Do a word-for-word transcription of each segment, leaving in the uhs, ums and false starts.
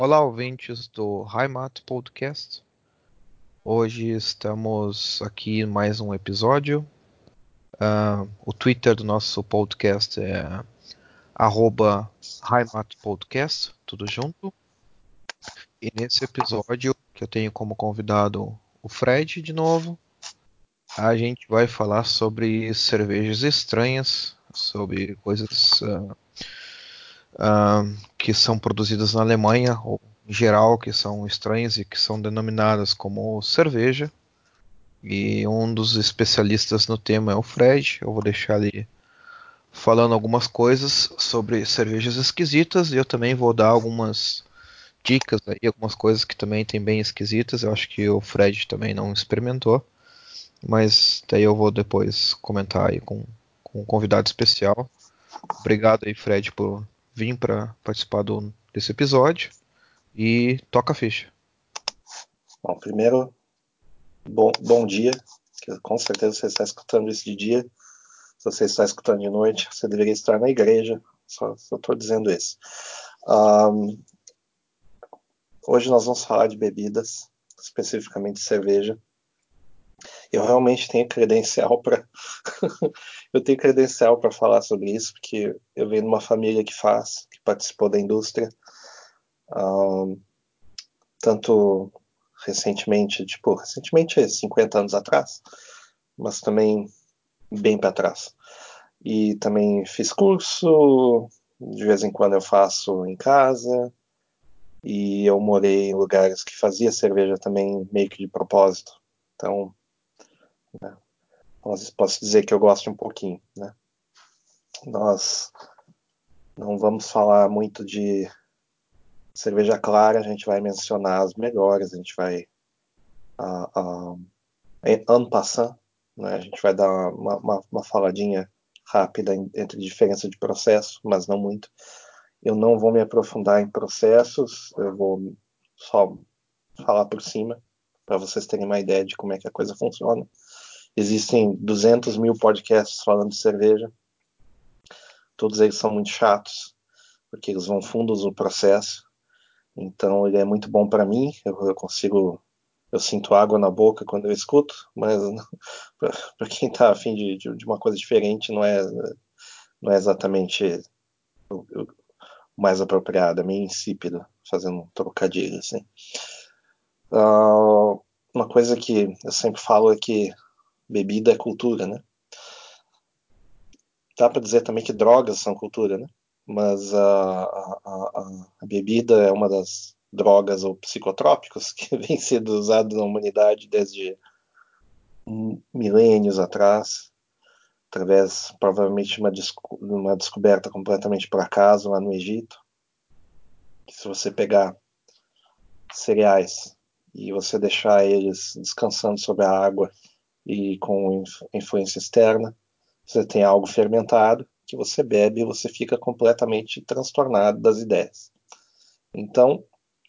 Olá, ouvintes do Heimat Podcast. Hoje estamos aqui em mais um episódio. Ah, o Twitter do nosso podcast é arroba Heimat Podcast, tudo junto. E nesse episódio, que eu tenho como convidado o Fred de novo, a gente vai falar sobre cervejas estranhas, sobre coisas ah, ah, que são produzidas na Alemanha, ou em geral, que são estranhas e que são denominadas como cerveja. E um dos especialistas no tema é o Fred. Eu vou deixar ele falando algumas coisas sobre cervejas esquisitas e eu também vou dar algumas dicas aí, algumas coisas que também tem bem esquisitas. Eu acho que o Fred também não experimentou, mas daí eu vou depois comentar aí com, com um convidado especial. Obrigado aí, Fred, por vir para participar do, desse episódio e toca a ficha. Bom, primeiro, bom, bom dia, que com certeza você está escutando isso de dia. Se você está escutando de noite, você deveria estar na igreja, só estou dizendo isso. Um, hoje nós vamos falar de bebidas, especificamente cerveja. Eu realmente tenho credencial para eu tenho credencial para falar sobre isso, porque eu venho de uma família que faz, que participou da indústria, um, tanto recentemente, tipo, recentemente, cinquenta anos atrás, mas também bem para trás. E também fiz curso, de vez em quando eu faço em casa, e eu morei em lugares que fazia cerveja também meio que de propósito. Então, né, posso dizer que eu gosto um pouquinho, né? Nós não vamos falar muito de cerveja clara, a gente vai mencionar as melhores, a gente vai uh, uh, en passant, né? A gente vai dar uma, uma, uma faladinha rápida entre diferença de processo, mas não muito. Eu não vou me aprofundar em processos, eu vou só falar por cima, para vocês terem uma ideia de como é que a coisa funciona. Existem duzentos mil podcasts falando de cerveja, todos eles são muito chatos, porque eles vão fundos no processo, então ele é muito bom para mim, eu, eu consigo, eu sinto água na boca quando eu escuto, mas para quem está afim de, de, de uma coisa diferente, não é, não é exatamente o, o mais apropriado, é meio insípido, fazendo um trocadilho, assim. Uh, uma coisa que eu sempre falo é que bebida é cultura, né? Dá para dizer também que drogas são cultura, né? Mas a, a, a, a bebida é uma das drogas ou psicotrópicos que vem sendo usado na humanidade desde milênios atrás, através provavelmente de uma, desco uma descoberta completamente por acaso lá no Egito. Que se você pegar cereais e você deixar eles descansando sobre a água e com influência externa, você tem algo fermentado que você bebe e você fica completamente transtornado das ideias. Então,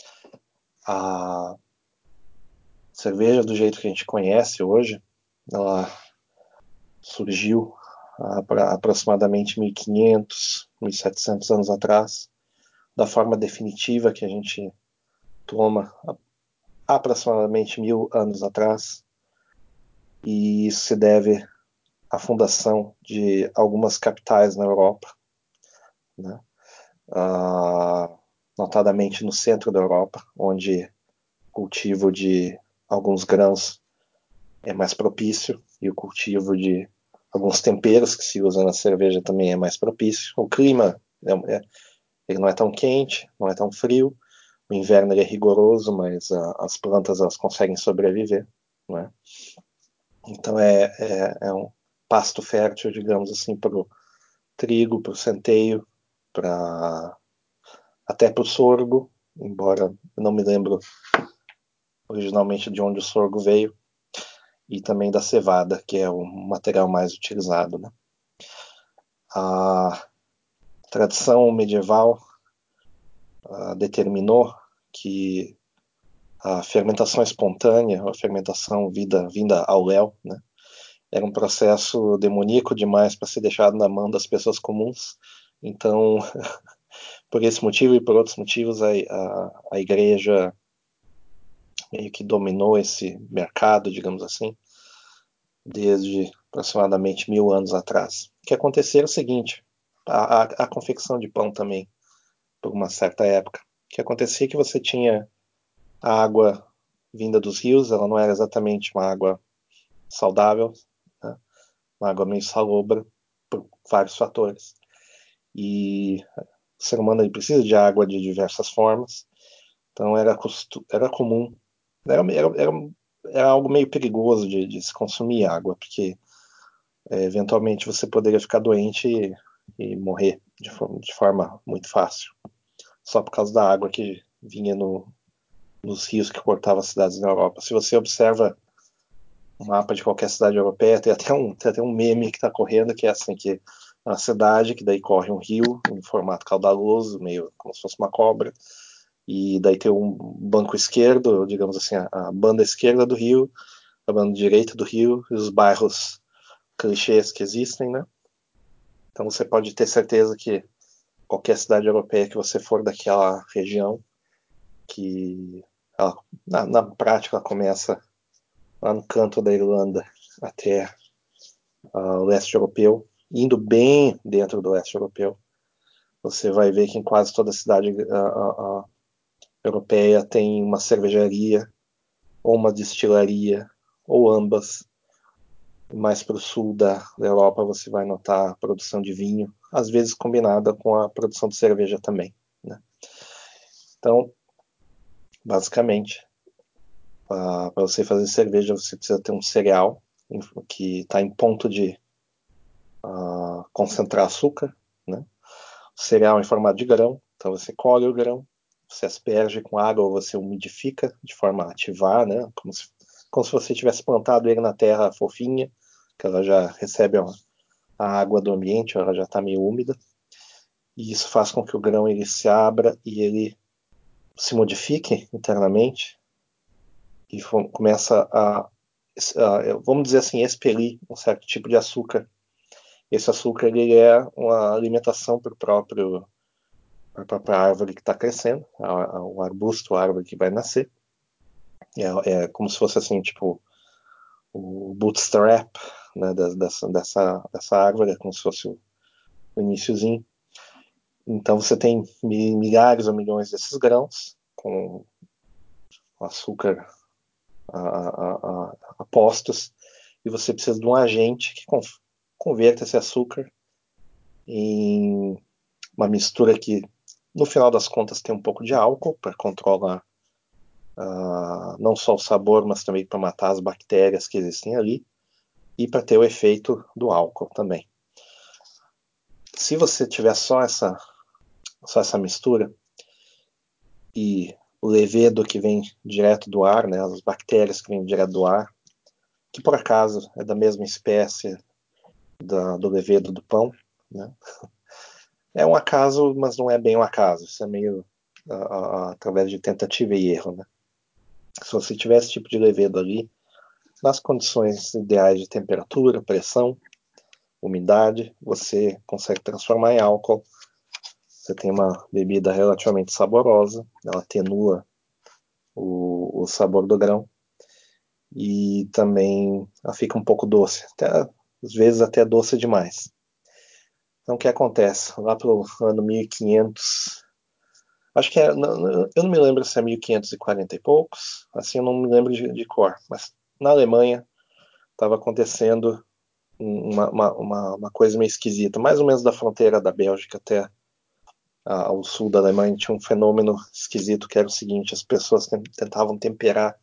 a cerveja do jeito que a gente conhece hoje, ela surgiu há aproximadamente mil e quinhentos, mil e setecentos anos atrás, da forma definitiva que a gente toma há aproximadamente mil anos atrás, e isso se deve à fundação de algumas capitais na Europa, né? Uh, notadamente no centro da Europa, onde o cultivo de alguns grãos é mais propício e o cultivo de alguns temperos que se usa na cerveja também é mais propício. O clima é, é, ele não é tão quente, não é tão frio. O inverno ele é rigoroso, mas uh, as plantas elas conseguem sobreviver, né? Então é, é, é um pasto fértil, digamos assim, para o trigo, para o centeio, para até para o sorgo, embora eu não me lembro originalmente de onde o sorgo veio, e também da cevada, que é o material mais utilizado, né? A tradição medieval uh, determinou que a fermentação espontânea, a fermentação vida, vinda ao léu, né, era um processo demoníaco demais para ser deixado na mão das pessoas comuns. Então, por esse motivo e por outros motivos, a, a, a igreja meio que dominou esse mercado, digamos assim, desde aproximadamente mil anos atrás. O que aconteceu é o seguinte, a, a, a confecção de pão também, por uma certa época. O que acontecia é que você tinha a água vinda dos rios, ela não era exatamente uma água saudável, né? Uma água meio salobra, por vários fatores. E o ser humano ele precisa de água de diversas formas, então era, costu- era comum, era, era, era, era algo meio perigoso de, de se consumir água, porque é, eventualmente você poderia ficar doente e, e morrer de forma, de forma muito fácil, só por causa da água que vinha no, nos rios que cortavam as cidades na Europa. Se você observa um mapa de qualquer cidade europeia, tem até um, tem até um meme que está correndo, que é assim, que é uma cidade que daí corre um rio em formato caudaloso, meio como se fosse uma cobra, e daí tem um banco esquerdo, digamos assim, a, a banda esquerda do rio, a banda direita do rio, e os bairros clichês que existem, né? Então você pode ter certeza que qualquer cidade europeia que você for daquela região, que ela, na, na prática ela começa lá no canto da Irlanda até uh, o leste europeu, indo bem dentro do leste europeu, você vai ver que em quase toda cidade uh, uh, europeia tem uma cervejaria ou uma destilaria ou ambas. Mais para o sul da Europa você vai notar a produção de vinho, às vezes combinada com a produção de cerveja também, né? Então, basicamente, uh, para você fazer cerveja você precisa ter um cereal que está em ponto de uh, concentrar açúcar, né? O cereal em formato de grão, então você colhe o grão, você asperge com água ou você umidifica de forma a ativar, né? Como se, como se você tivesse plantado ele na terra fofinha, que ela já recebe a, a água do ambiente, ela já está meio úmida, e isso faz com que o grão ele se abra e ele se modifique internamente e for, começa a, a, vamos dizer assim, expelir um certo tipo de açúcar. Esse açúcar ele é uma alimentação para o próprio a própria árvore que está crescendo, o arbusto, a árvore que vai nascer. É, é como se fosse assim, tipo, o bootstrap, né, dessa, dessa, dessa árvore, é como se fosse o, o iniciozinho. Então você tem milhares ou milhões desses grãos com açúcar a, a, a, a postos, e você precisa de um agente que converta esse açúcar em uma mistura que, no final das contas, tem um pouco de álcool para controlar uh, não só o sabor, mas também para matar as bactérias que existem ali e para ter o efeito do álcool também. Se você tiver só essa, só essa mistura e o levedo que vem direto do ar, né, as bactérias que vêm direto do ar, que por acaso é da mesma espécie da, do levedo do pão, né? É um acaso, mas não é bem um acaso. Isso é meio uh, uh, através de tentativa e erro, né? Se você tiver esse tipo de levedo ali, nas condições ideais de temperatura, pressão, umidade, você consegue transformar em álcool. Você tem uma bebida relativamente saborosa, ela atenua o, o sabor do grão e também ela fica um pouco doce, até, às vezes até doce demais. Então o que acontece? Lá pelo ano mil e quinhentos, acho que é, eu não me lembro se é mil quinhentos e quarenta e poucos, assim eu não me lembro de, de cor, mas na Alemanha estava acontecendo uma, uma, uma, uma coisa meio esquisita, mais ou menos da fronteira da Bélgica até a, ao sul da Alemanha tinha um fenômeno esquisito que era o seguinte: as pessoas tentavam temperar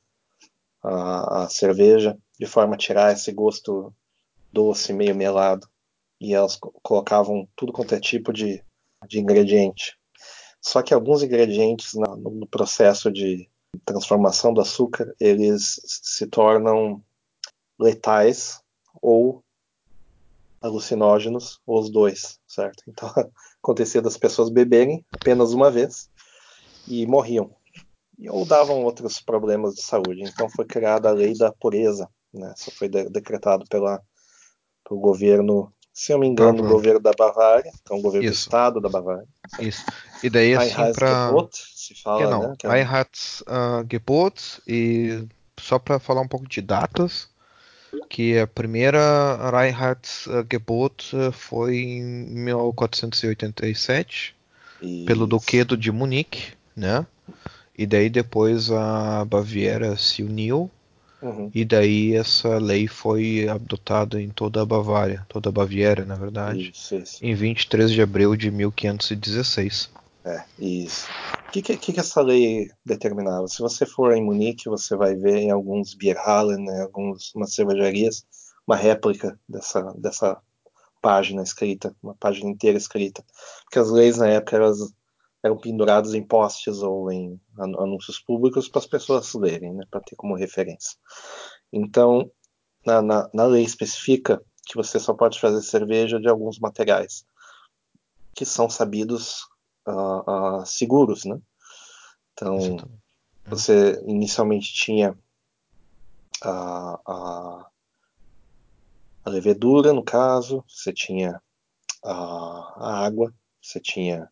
a, a cerveja de forma a tirar esse gosto doce, meio melado, e elas co- colocavam tudo quanto é tipo de, de ingrediente. Só que alguns ingredientes na, no processo de transformação do açúcar, eles se tornam letais ou alucinógenos, ou os dois, certo? Então acontecia das pessoas beberem apenas uma vez e morriam, ou davam outros problemas de saúde. Então foi criada a lei da pureza, né? Isso foi de- decretado pela, pelo governo, se eu me engano, o Bavão. governo da Bavária, que é um governo do Isso, estado da Bavária. isso. E daí assim para Einheitsgebot, se fala, Genau, né? Que é um, Einheitsgebot, e só para falar um pouco de datas, que a primeira Einheitsgebot eh, foi em mil quatrocentos e oitenta e sete pelo isso. Duquedo de Munique, né? E daí depois a Baviera se uniu Uhum, e daí essa lei foi adotada em toda a Bavária, toda a Baviera, na verdade, isso, isso. em vinte e três de abril de mil quinhentos e dezesseis. É, isso. O que, que, que essa lei determinava? Se você for em Munique, você vai ver em alguns Bierhallen, né, algumas cervejarias, uma réplica dessa, dessa página escrita, uma página inteira escrita. Porque as leis na época elas eram penduradas em postes ou em anúncios públicos para as pessoas lerem, né, para ter como referência. Então, na, na, na lei especifica que você só pode fazer cerveja de alguns materiais que são sabidos uh, uh, seguros, né? Então, Exatamente. É. você inicialmente tinha a, a, a levedura, no caso, você tinha a, a água, você tinha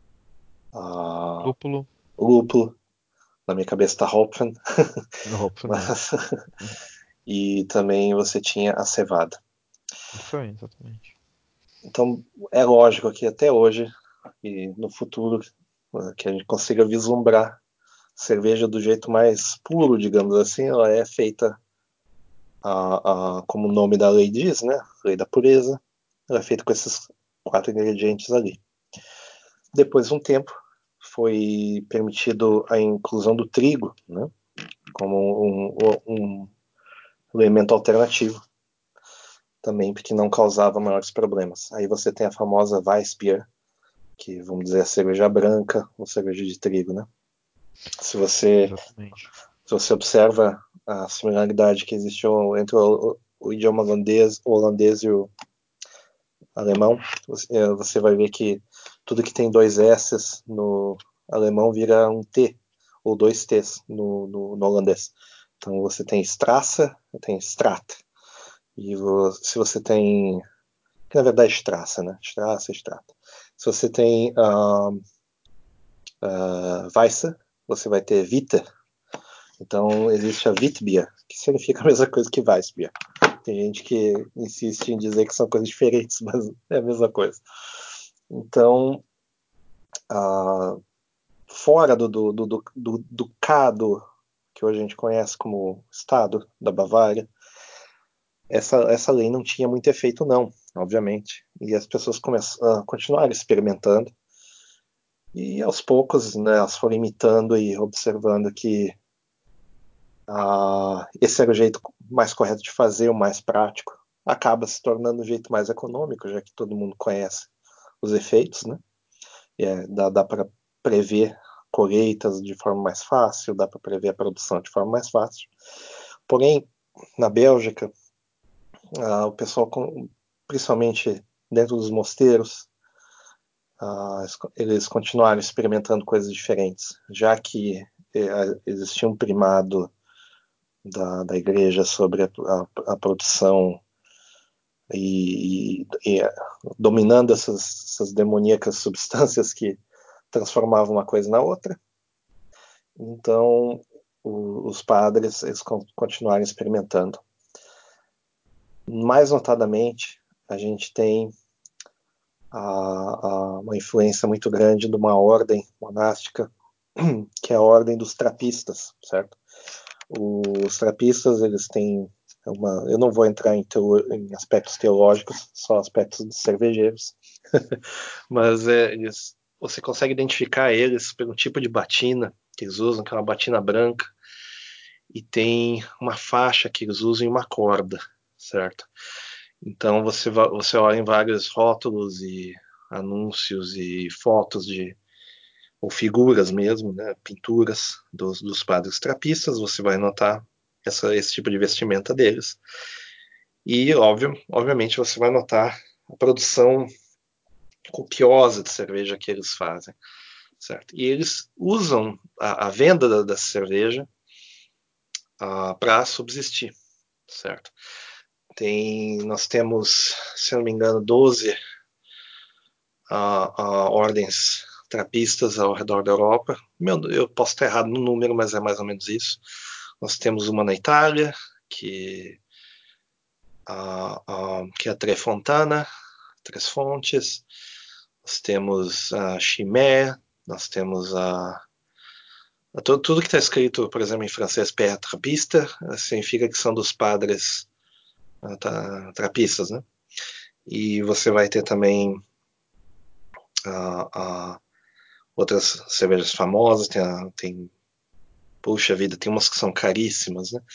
a, Lúpulo, o lúpulo, na minha cabeça está Hopfen, Hopfen, mas, e também você tinha a cevada. isso aí, exatamente. Então, é lógico que até hoje e no futuro que a gente consiga vislumbrar cerveja do jeito mais puro, digamos assim, ela é feita a, a, como o nome da lei diz, né? Lei da pureza. Ela é feita com esses quatro ingredientes ali. Depois de um tempo, foi permitido a inclusão do trigo, né? Como um, um, um elemento alternativo, também porque não causava maiores problemas. Aí você tem a famosa Weissbier, que vamos dizer a cerveja branca ou cerveja de trigo, né? Se você, Exatamente. se você observa a similaridade que existiu entre o, o, o idioma holandês, o holandês e o alemão, você, você vai ver que tudo que tem dois S no alemão vira um T, ou dois T's no, no, no holandês. Então você tem Strasse, tem Strat. E se você tem. Que na verdade é Strasse, né? Strasse, Strat. Se você tem uh, uh, Weisse, você vai ter Witte. Então existe a Witbier, que significa a mesma coisa que Weissbier. Tem gente que insiste em dizer que são coisas diferentes, mas é a mesma coisa. Então, ah, fora do, do, do, do, do Ducado, que hoje a gente conhece como Estado da Bavária, essa, essa lei não tinha muito efeito, não, obviamente. E as pessoas começaram a continuar experimentando. E aos poucos, né, elas foram imitando e observando que ah, esse era o jeito mais correto de fazer, o mais prático. Acaba se tornando o jeito mais econômico, já que todo mundo conhece os efeitos, né? E é, dá, dá para prever colheitas de forma mais fácil, dá para prever a produção de forma mais fácil. Porém, na Bélgica, ah, o pessoal, principalmente dentro dos mosteiros, ah, eles continuaram experimentando coisas diferentes, já que eh, existia um primado da, da igreja sobre a, a, a produção e, e, e dominando essas, essas demoníacas substâncias que transformavam uma coisa na outra. Então, o, os padres eles continuaram experimentando. Mais notadamente, a gente tem a, a, uma influência muito grande de uma ordem monástica, que é a ordem dos trapistas, certo? Os trapistas, eles têm uma... Eu não vou entrar em, teo, em aspectos teológicos, só aspectos de cervejeiros, mas é, eles, você consegue identificar eles pelo tipo de batina que eles usam, que é uma batina branca, e tem uma faixa que eles usam e uma corda, certo? Então você, você olha em vários rótulos e anúncios e fotos de ou figuras mesmo, né, pinturas dos, dos padres trapistas, você vai notar essa, esse tipo de vestimenta deles. E, óbvio, obviamente, você vai notar a produção copiosa de cerveja que eles fazem, certo? E eles usam a, a venda da, da cerveja uh, para subsistir, certo? Tem, nós temos, se eu não me engano, doze uh, uh, ordens trapistas ao redor da Europa. Meu, eu posso estar errado no número, mas é mais ou menos isso. Nós temos uma na Itália, que, uh, uh, que é a Trefontana, Três Fontes. Nós temos a Chimay, nós temos a... a tudo, tudo que está escrito, por exemplo, em francês, père trapista, significa que são dos padres uh, tá, trapistas, né? E você vai ter também uh, uh, outras cervejas famosas, tem, a, tem, puxa vida, tem umas que são caríssimas, né?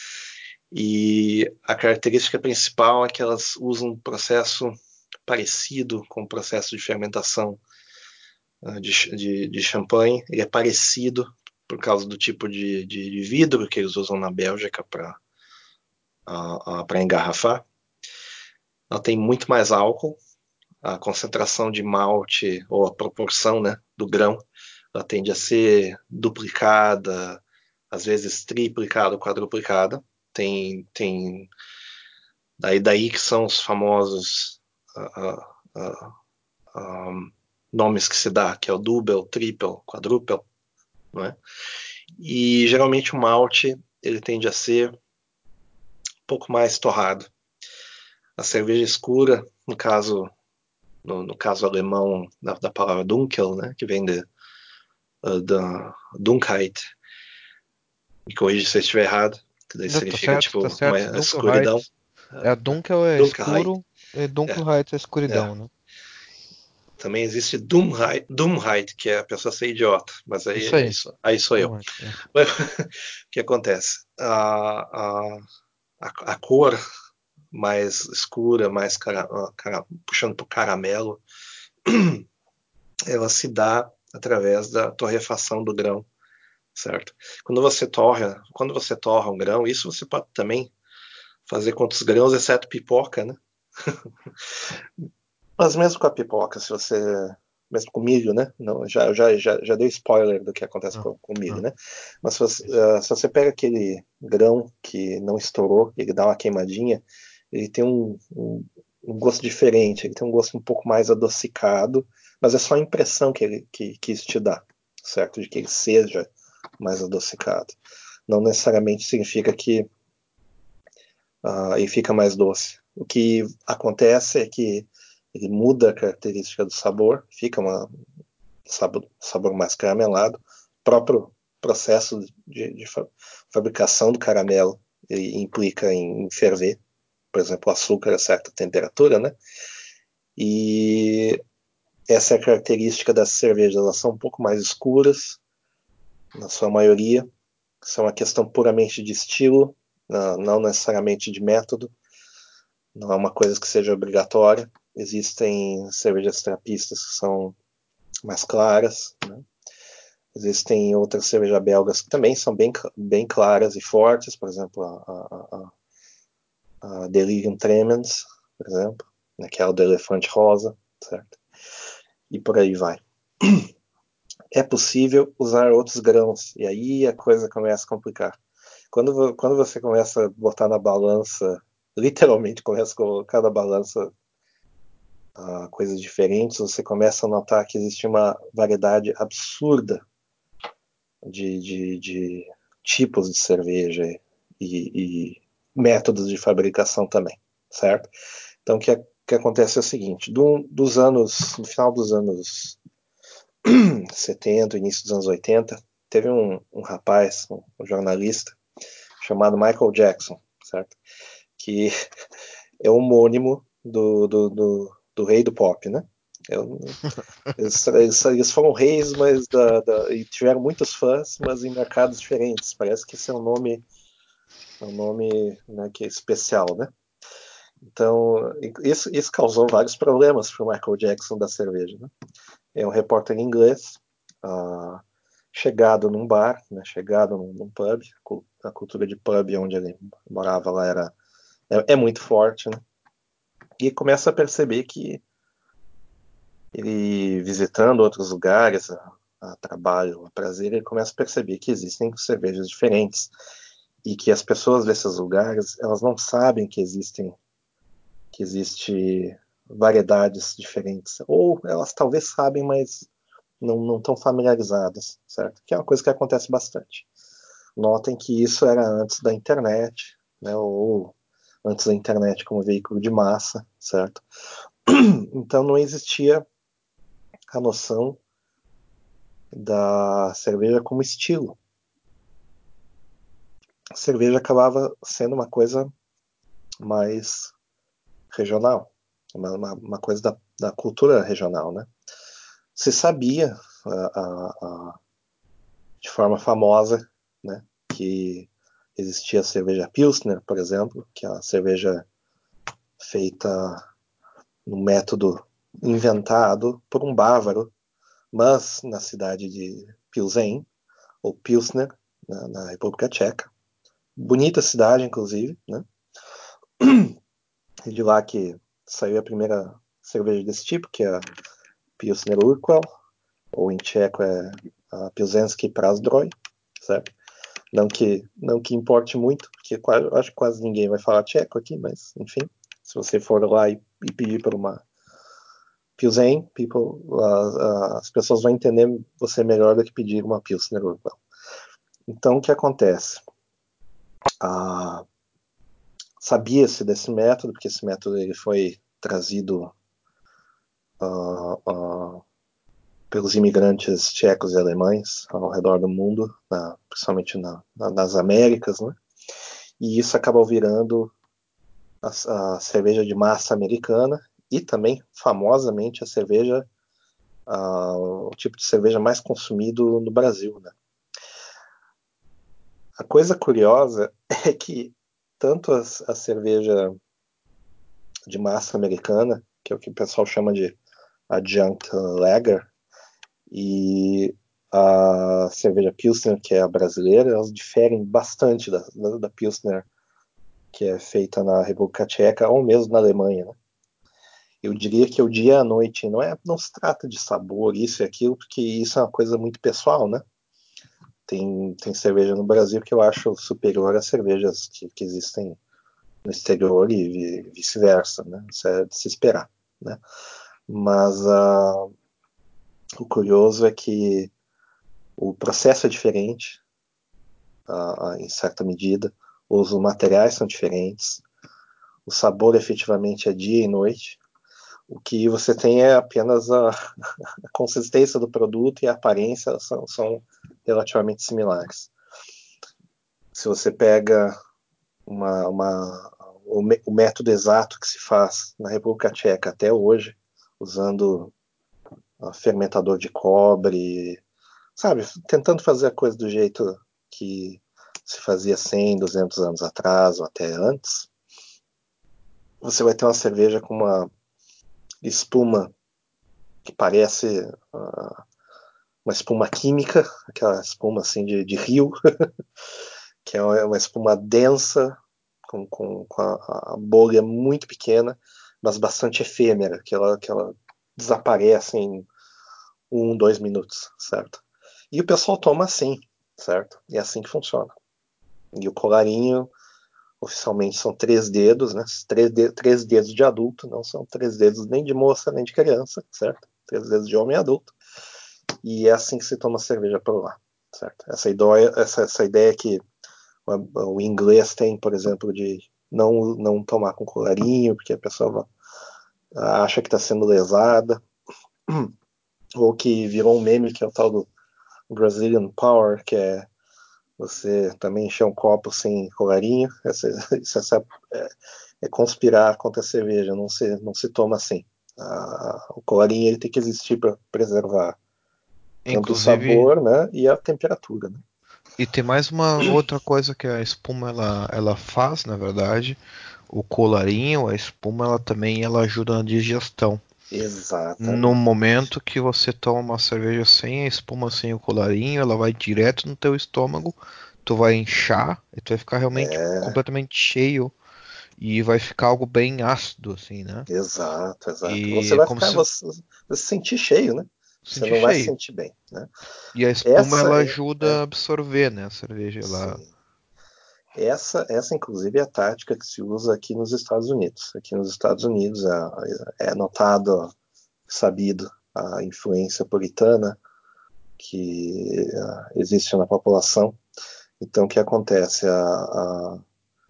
E a característica principal é que elas usam um processo parecido com o processo de fermentação uh, de, de, de champanhe. Ele é parecido por causa do tipo de, de, de vidro que eles usam na Bélgica para uh, uh, para engarrafar. Ela tem muito mais álcool. A concentração de malte, ou a proporção, né, do grão, ela tende a ser duplicada, às vezes triplicada, quadruplicada. Tem, tem daí, daí que são os famosos uh, uh, uh, um, nomes que se dá, que é o double, triple, quadruple, não é? E geralmente o malte ele tende a ser um pouco mais torrado. A cerveja escura, no caso No, no caso alemão da, da palavra Dunkel, né, que vem de, uh, da Dunkelheit, me corrija se eu estiver errado, que daí Tá significa certo, tá tipo uma certo. escuridão. Dunkelheit. É, Uh, Dunkel é Dunkelheit, escuro e é, Dunkelheit é é. escuridão, né? Também existe Dummheit, Dummheit, que é a pessoa ser idiota, mas aí, Isso é aí. isso, aí sou eu. Dunkelheit, é. Mas, o que acontece? A, a, a, a cor mais escura, mais cara, cara, puxando para o caramelo, ela se dá através da torrefação do grão, certo? Quando você torra, quando você torra um grão, isso você pode também fazer com outros grãos, exceto pipoca, né? Mas mesmo com a pipoca, se você, mesmo com milho, né? Não, já, já, já, já dei spoiler do que acontece Ah, com, com milho, ah, né? Mas se você, uh, se você pega aquele grão que não estourou, ele dá uma queimadinha, ele tem um, um, um gosto diferente, ele tem um gosto um pouco mais adocicado, mas é só a impressão que, ele, que, que isso te dá, certo? De que ele seja mais adocicado. Não necessariamente significa que uh, ele fica mais doce. O que acontece é que ele muda a característica do sabor, fica um sabor, sabor mais caramelado. O próprio processo de, de fa fabricação do caramelo ele implica em, em ferver, por exemplo, o açúcar a certa temperatura, né? E essa é a característica das cervejas, elas são um pouco mais escuras, na sua maioria, são uma questão puramente de estilo, não necessariamente de método, não é uma coisa que seja obrigatória. Existem cervejas trapistas que são mais claras, né? Existem outras cervejas belgas que também são bem, bem claras e fortes, por exemplo, a, a, a Delirium Tremens, por exemplo, né, que é o do elefante rosa, certo? E por aí vai. É possível usar outros grãos, e aí a coisa começa a complicar. Quando, quando você começa a botar na balança, literalmente começa a colocar na balança uh, coisas diferentes, você começa a notar que existe uma variedade absurda de, de, de tipos de cerveja e, e métodos de fabricação também, certo? Então o que, é, que acontece é o seguinte, do, dos anos, no final dos anos setenta, início dos anos oitenta, teve um, um rapaz, um, um jornalista, chamado Michael Jackson, certo? Que é homônimo do, do, do, do rei do pop, né? Eu, eles, eles, eles foram reis, mas da, da, e tiveram muitos fãs, mas em mercados diferentes. Parece que esse é um nome, é um nome, né, que é especial, né? Então, isso, isso causou vários problemas para o Michael Jackson da cerveja, né? É um repórter inglês, uh, chegado num bar, né, chegado num, num pub, a cultura de pub onde ele morava lá era, é, é muito forte, né? E começa a perceber que ele, visitando outros lugares, a, a trabalho, a prazer, ele começa a perceber que existem cervejas diferentes e que as pessoas desses lugares, elas não sabem que existem, que existe variedades diferentes, ou elas talvez sabem, mas não, não tão familiarizadas, certo? Que é uma coisa que acontece bastante. Notem que isso era antes da internet, né, ou antes da internet como veículo de massa, certo? Então não existia a noção da cerveja como estilo. A cerveja acabava sendo uma coisa mais regional, uma, uma, uma coisa da, da cultura regional, né? Se sabia a, a, a, de forma famosa, né, que existia a cerveja Pilsner, por exemplo, que é uma cerveja feita num método inventado por um bávaro, mas na cidade de Pilsen, ou Pilsner, na, na República Tcheca. Bonita cidade, inclusive, né? E de lá que saiu a primeira cerveja desse tipo, que é a Pilsner Urquell, ou em tcheco é a Pilsenski Prazdroj, certo? Não que, não que importe muito, porque quase, acho que quase ninguém vai falar tcheco aqui, mas enfim, se você for lá e, e pedir por uma Pilsen, people, uh, uh, as pessoas vão entender você melhor do que pedir uma Pilsner Urquell. Então, o que acontece? Ah, sabia-se desse método, porque esse método ele foi trazido uh, uh, pelos imigrantes tchecos e alemães ao redor do mundo, na, principalmente na, na, nas Américas, né? E isso acabou virando a, a cerveja de massa americana e também, famosamente, a cerveja, uh, o tipo de cerveja mais consumido no Brasil, né? A coisa curiosa é que tanto a, a cerveja de massa americana, que é o que o pessoal chama de Adjunct Lager, e a cerveja Pilsner, que é a brasileira, elas diferem bastante da, da, da Pilsner que é feita na República Tcheca ou mesmo na Alemanha, né? Eu diria que o dia e a noite não, é, não se trata de sabor, isso e aquilo, porque isso é uma coisa muito pessoal, né? Tem, tem cerveja no Brasil que eu acho superior às cervejas que, que existem no exterior e vice-versa, né? Isso é de se esperar, né? Mas uh, o curioso é que o processo é diferente, uh, em certa medida, os materiais são diferentes, o sabor efetivamente é dia e noite, o que você tem é apenas a, a consistência do produto e a aparência são, são relativamente similares. Se você pega uma, uma, o, o método exato que se faz na República Tcheca até hoje, usando uh, fermentador de cobre, sabe, tentando fazer a coisa do jeito que se fazia cem, duzentos anos atrás ou até antes, você vai ter uma cerveja com uma espuma que parece uh, uma espuma química, aquela espuma assim de, de rio, que é uma espuma densa, com, com, com a, a bolha muito pequena, mas bastante efêmera, que ela, que ela desaparece em um, dois minutos, certo? E o pessoal toma assim, certo? E é assim que funciona. E o colarinho, oficialmente, são três dedos, né? Três, de, três dedos de adulto, não são três dedos nem de moça, nem de criança, certo? Três dedos de homem adulto. E é assim que se toma cerveja por lá, certo? Essa ideia, essa, essa ideia que o, o inglês tem, por exemplo, de não, não tomar com colarinho, porque a pessoa acha que está sendo lesada, ou que virou um meme, que é o tal do Brazilian Power, que é você também encher um copo sem colarinho. Essa, essa é, é conspirar contra a cerveja, não se, não se toma assim. Ah, o colarinho ele tem que existir para preservar tanto o Inclusive, sabor, né, e a temperatura, né? e tem mais uma outra coisa que a espuma ela, ela faz, na verdade, o colarinho, a espuma, ela também ela ajuda na digestão. No Exatamente. momento que você toma uma cerveja sem a espuma, sem o colarinho, ela vai direto no teu estômago, tu vai inchar e tu vai ficar realmente É, completamente cheio e vai ficar algo bem ácido, assim, né? exato, exato. Você E vai como ficar, se você, você se sentir cheio, né? Você sentir não vai se cheio. sentir bem, né? E a espuma Essa ela é, ajuda é a absorver, né, a cerveja, ela sim. Essa, essa, inclusive, é a tática que se usa aqui nos Estados Unidos. Aqui nos Estados Unidos é, é notado, sabido, a influência puritana que uh, existe na população. Então, o que acontece? A, a,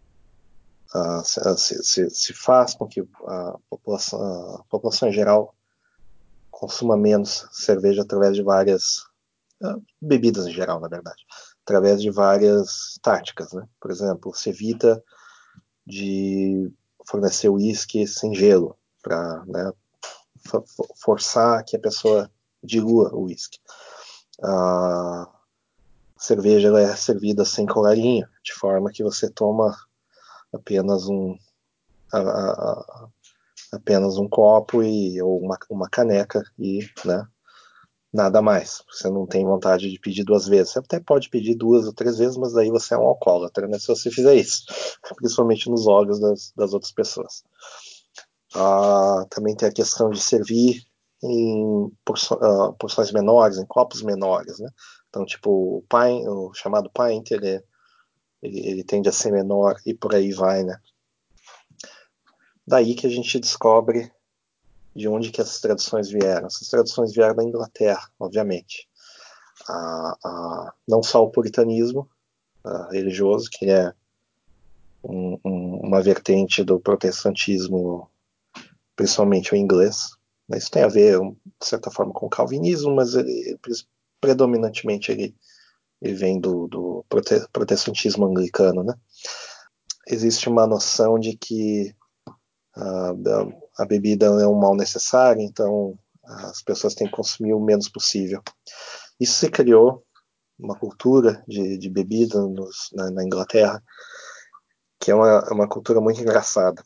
a, a, se, se, se faz com que a população, a população em geral consuma menos cerveja através de várias uh, bebidas em geral, na verdade, através de várias táticas, né? Por exemplo, se evita de fornecer uísque sem gelo, para, né, for, forçar que a pessoa dilua o uísque. A cerveja ela é servida sem colarinho, de forma que você toma apenas um a, a, a, apenas um copo e, ou uma, uma caneca e, né, nada mais. Você não tem vontade de pedir duas vezes. Você até pode pedir duas ou três vezes, mas daí você é um alcoólatra, né, se você fizer isso, principalmente nos olhos das, das outras pessoas. Ah, também tem a questão de servir em porço, uh, porções menores, em copos menores, né? Então, tipo, o, pint, o chamado pint, ele, é, ele, ele tende a ser menor e por aí vai, né? Daí que a gente descobre de onde que essas traduções vieram. Essas traduções vieram da Inglaterra, obviamente. Ah, ah, não só o puritanismo ah, religioso, que é um, um, uma vertente do protestantismo, principalmente o inglês. Isso tem a ver, de certa forma, com o calvinismo, mas ele, predominantemente ele, ele vem do, do protestantismo anglicano, né? Existe uma noção de que a, a bebida é um mal necessário, então as pessoas têm que consumir o menos possível. Isso se criou uma cultura de, de bebida nos, na, na Inglaterra, que é uma, uma cultura muito engraçada.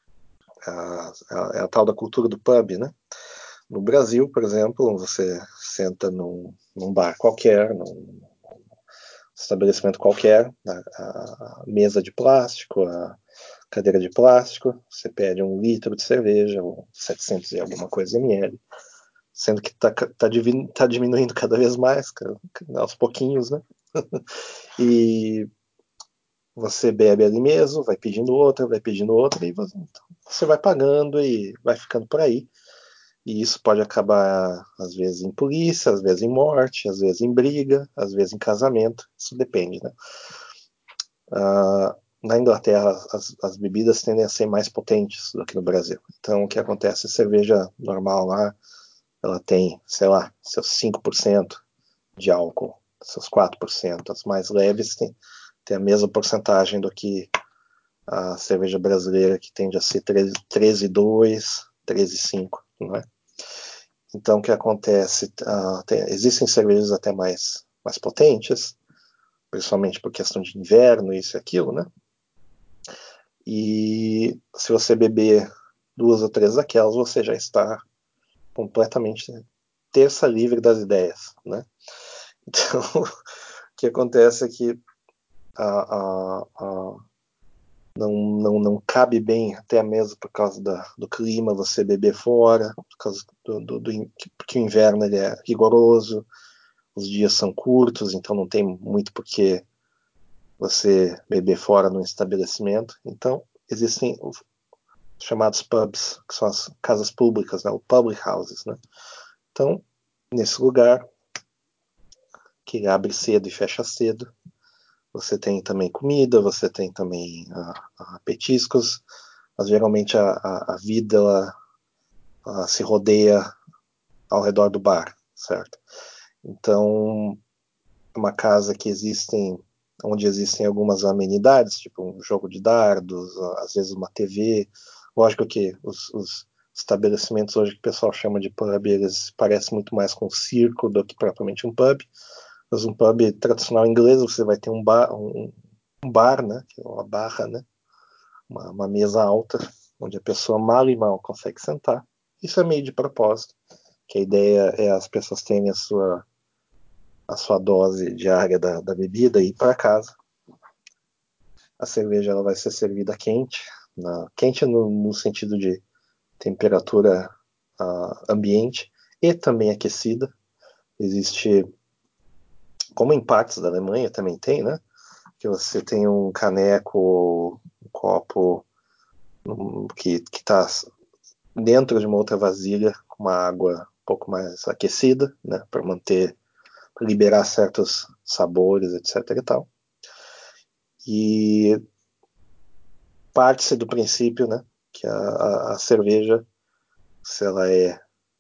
A, a, é a tal da cultura do pub, né? No Brasil, por exemplo, você senta num, num bar qualquer, num estabelecimento qualquer, a, a mesa de plástico, a cadeira de plástico, você pede um litro de cerveja, ou setecentos e alguma coisa ml, sendo que está tá, tá diminuindo cada vez mais, aos pouquinhos, né? E você bebe ali mesmo, vai pedindo outra, vai pedindo outra, e você, você vai pagando e vai ficando por aí. E isso pode acabar, às vezes, em polícia, às vezes em morte, às vezes em briga, às vezes em casamento. Isso depende, né? Uh, na Inglaterra, as, as bebidas tendem a ser mais potentes do que no Brasil. Então, o que acontece? A cerveja normal lá, ela tem, sei lá, seus cinco por cento de álcool, seus quatro por cento. As mais leves têm, têm a mesma porcentagem do que a cerveja brasileira, que tende a ser treze vírgula dois, treze vírgula cinco, não é? Então, o que acontece? Uh, tem, existem cervejas até mais, mais potentes, principalmente por questão de inverno, isso e aquilo, né? E se você beber duas ou três daquelas, você já está completamente terça livre das ideias, né? Então, o que acontece é que a, a, a não, não, não cabe bem até a mesa por causa da, do clima, você beber fora, por causa do, do, do porque o inverno ele é rigoroso, os dias são curtos, então não tem muito por que você beber fora no estabelecimento. Então, existem os chamados pubs, que são as casas públicas, né, o public houses, né? Então, nesse lugar, que abre cedo e fecha cedo, você tem também comida, você tem também uh, uh, petiscos, mas geralmente a, a, a vida ela, ela se rodeia ao redor do bar, certo? Então, uma casa que existem, onde existem algumas amenidades, tipo um jogo de dardos, às vezes uma T V. Lógico que os, os estabelecimentos hoje que o pessoal chama de pub, eles parecem muito mais com um circo do que propriamente um pub. Mas um pub tradicional inglês, você vai ter um bar, um, um bar, né, que é uma barra, né, uma, uma mesa alta, onde a pessoa mal e mal consegue sentar. Isso é meio de propósito, que a ideia é as pessoas terem a sua a sua dose diária da, da bebida e ir para casa. A cerveja ela vai ser servida quente, na, quente no, no sentido de temperatura uh, ambiente e também aquecida. Existe, como em partes da Alemanha também tem, né? Que você tem um caneco, um copo um, que está dentro de uma outra vasilha com uma água um pouco mais aquecida, né? Para manter liberar certos sabores, etc e tal. E parte-se do princípio, né, que a, a, a cerveja, se ela é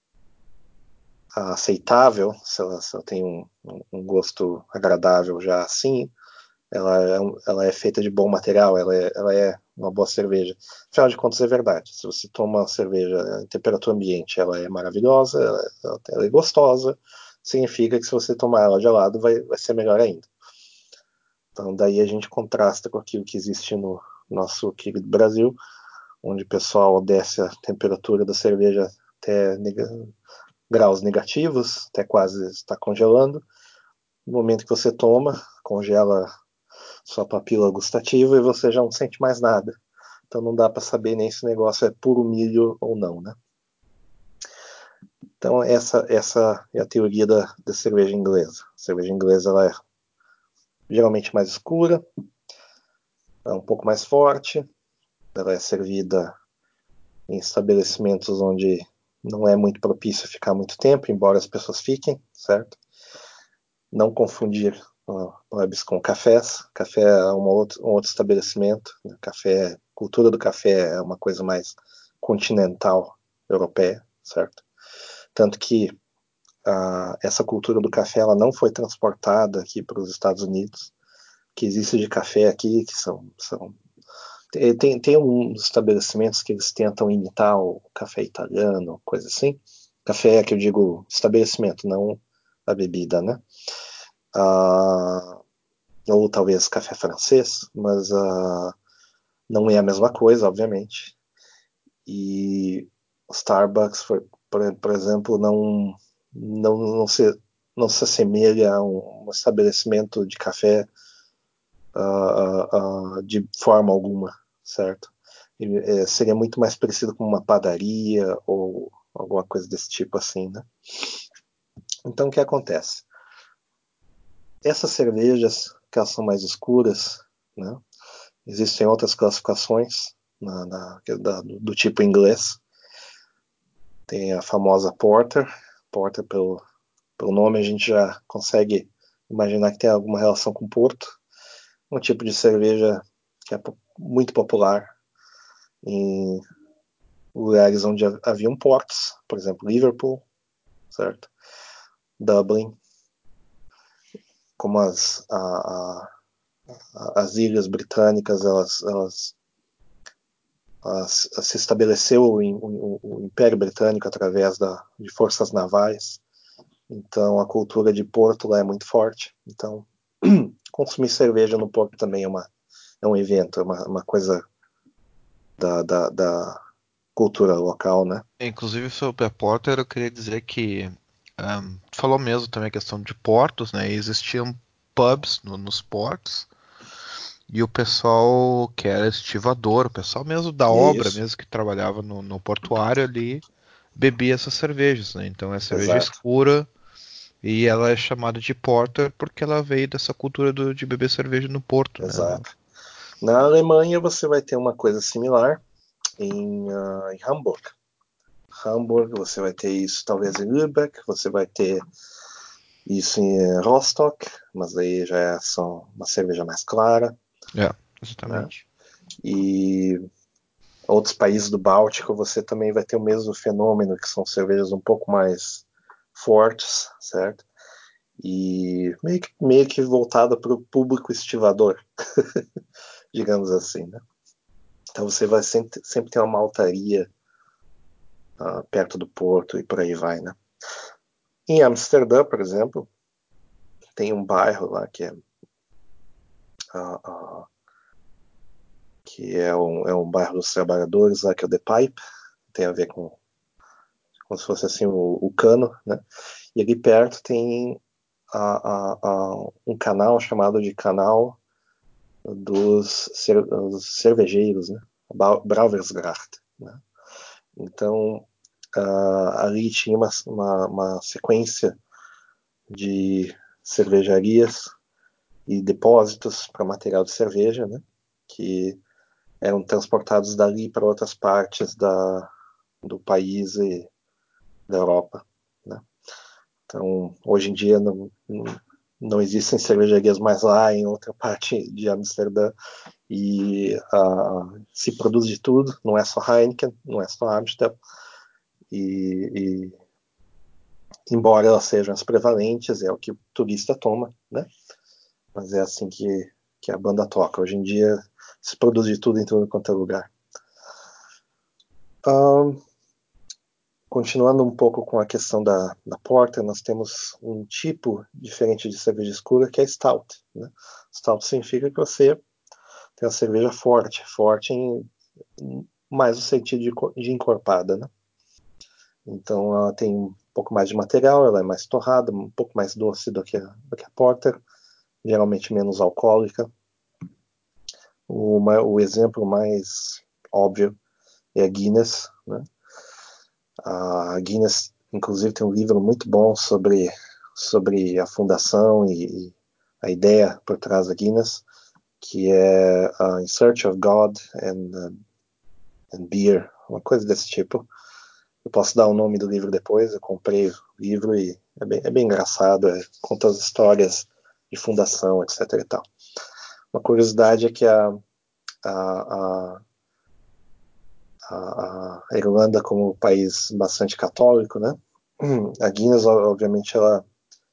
aceitável, se ela, se ela tem um, um gosto agradável já assim, ela é, ela é feita de bom material, ela é, ela é uma boa cerveja. Afinal de contas, é verdade. Se você toma uma cerveja em temperatura ambiente, ela é maravilhosa, ela, ela é gostosa, significa que se você tomar ela gelado, vai, vai ser melhor ainda. Então, daí a gente contrasta com aquilo que existe no nosso querido Brasil, onde o pessoal desce a temperatura da cerveja até neg graus negativos, até quase está congelando. No momento que você toma, congela sua papila gustativa e você já não sente mais nada. Então não dá para saber nem se o negócio é puro milho ou não, né? Então essa, essa é a teoria da, da cerveja inglesa. A cerveja inglesa ela é geralmente mais escura, é um pouco mais forte, ela é servida em estabelecimentos onde não é muito propício ficar muito tempo, embora as pessoas fiquem, certo? Não confundir uh, pubs com cafés. Café é uma outro, um outro estabelecimento. Café, cultura do café é uma coisa mais continental europeia, certo? Tanto que uh, essa cultura do café ela não foi transportada aqui para os Estados Unidos. O que existe de café aqui, que são, são tem, tem uns estabelecimentos que eles tentam imitar o café italiano, coisa assim. Café que eu digo estabelecimento, não a bebida, né? Uh, ou talvez café francês, mas uh, não é a mesma coisa, obviamente. E o Starbucks, por, por, por exemplo, não, não, não, se, não se assemelha a um, um estabelecimento de café uh, uh, de forma alguma, certo? E, é, seria muito mais parecido com uma padaria ou alguma coisa desse tipo assim, né? Então o que acontece? Essas cervejas, que elas são mais escuras, né? Existem outras classificações na, na, da, do tipo inglês. Tem a famosa Porter. Porter, pelo, pelo nome, a gente já consegue imaginar que tem alguma relação com Porto. Um tipo de cerveja que é muito popular em lugares onde haviam portos, por exemplo, Liverpool, certo? Dublin, como as, a, a, as ilhas britânicas, elas, elas, elas se estabeleceu o, o, o Império Britânico através da, de forças navais, então a cultura de Porto lá é muito forte, então consumir cerveja no Porto também é, uma, é um evento, é uma, uma coisa da, da, da cultura local, né? Inclusive sobre a Porter, eu queria dizer que um, tu falou mesmo também a questão de portos, né? Existiam pubs no, nos portos e o pessoal que era estivador, o pessoal mesmo da obra, Isso, mesmo que trabalhava no, no portuário ali, bebia essas cervejas, né? Então é cerveja exato, escura e ela é chamada de Porter porque ela veio dessa cultura do, de beber cerveja no porto, né? No- exato. Na Alemanha você vai ter uma coisa similar em, uh, em Hamburgo. Hamburgo, você vai ter isso talvez em Lübeck, você vai ter isso em Rostock, mas aí já é só uma cerveja mais clara, É, né? exatamente. E outros países do Báltico você também vai ter o mesmo fenômeno, que são cervejas um pouco mais fortes, certo? E meio que, meio que voltada para o público estivador, digamos assim, né? Então você vai sempre, sempre ter uma maltaria uh, perto do porto e por aí vai, né? Em Amsterdã, por exemplo, tem um bairro lá que é uh, uh, que é um, é um bairro dos trabalhadores lá, que é o The Pipe, tem a ver com como se fosse assim o, o cano, né? E ali perto tem a, a, a, um canal chamado de canal dos, cer, dos cervejeiros, né? Brouwersgracht, né? Então uh, ali tinha uma, uma, uma sequência de cervejarias e depósitos para material de cerveja, né? Que eram transportados dali para outras partes da, do país e da Europa, né? Então, hoje em dia não, não, não existem cervejarias mais lá em outra parte de Amsterdã e uh, se produz de tudo, não é só Heineken, não é só Amstel, e, e embora elas sejam as prevalentes, é o que o turista toma, né? Mas é assim que, que a banda toca. Hoje em dia se produz de tudo em tudo quanto é lugar. Um, Continuando um pouco com a questão da, da porter, nós temos um tipo diferente de cerveja escura que é Stout, né? Stout significa que você tem uma cerveja forte, forte em, em mais o sentido de, de encorpada, né? Então ela tem um pouco mais de material, ela é mais torrada, um pouco mais doce do que a, do que a porter, geralmente menos alcoólica. O, o exemplo mais óbvio é a Guinness, né? A Guinness, inclusive, tem um livro muito bom sobre, sobre a fundação e, e a ideia por trás da Guinness, que é uh, In Search of God and, uh, and Beer, uma coisa desse tipo. Eu posso dar o nome do livro depois, eu comprei o livro e é bem, é bem engraçado, é, conta as histórias de fundação, etc e tal. Uma curiosidade é que a, a, a a Irlanda como um país bastante católico, né? A Guinness, obviamente, ela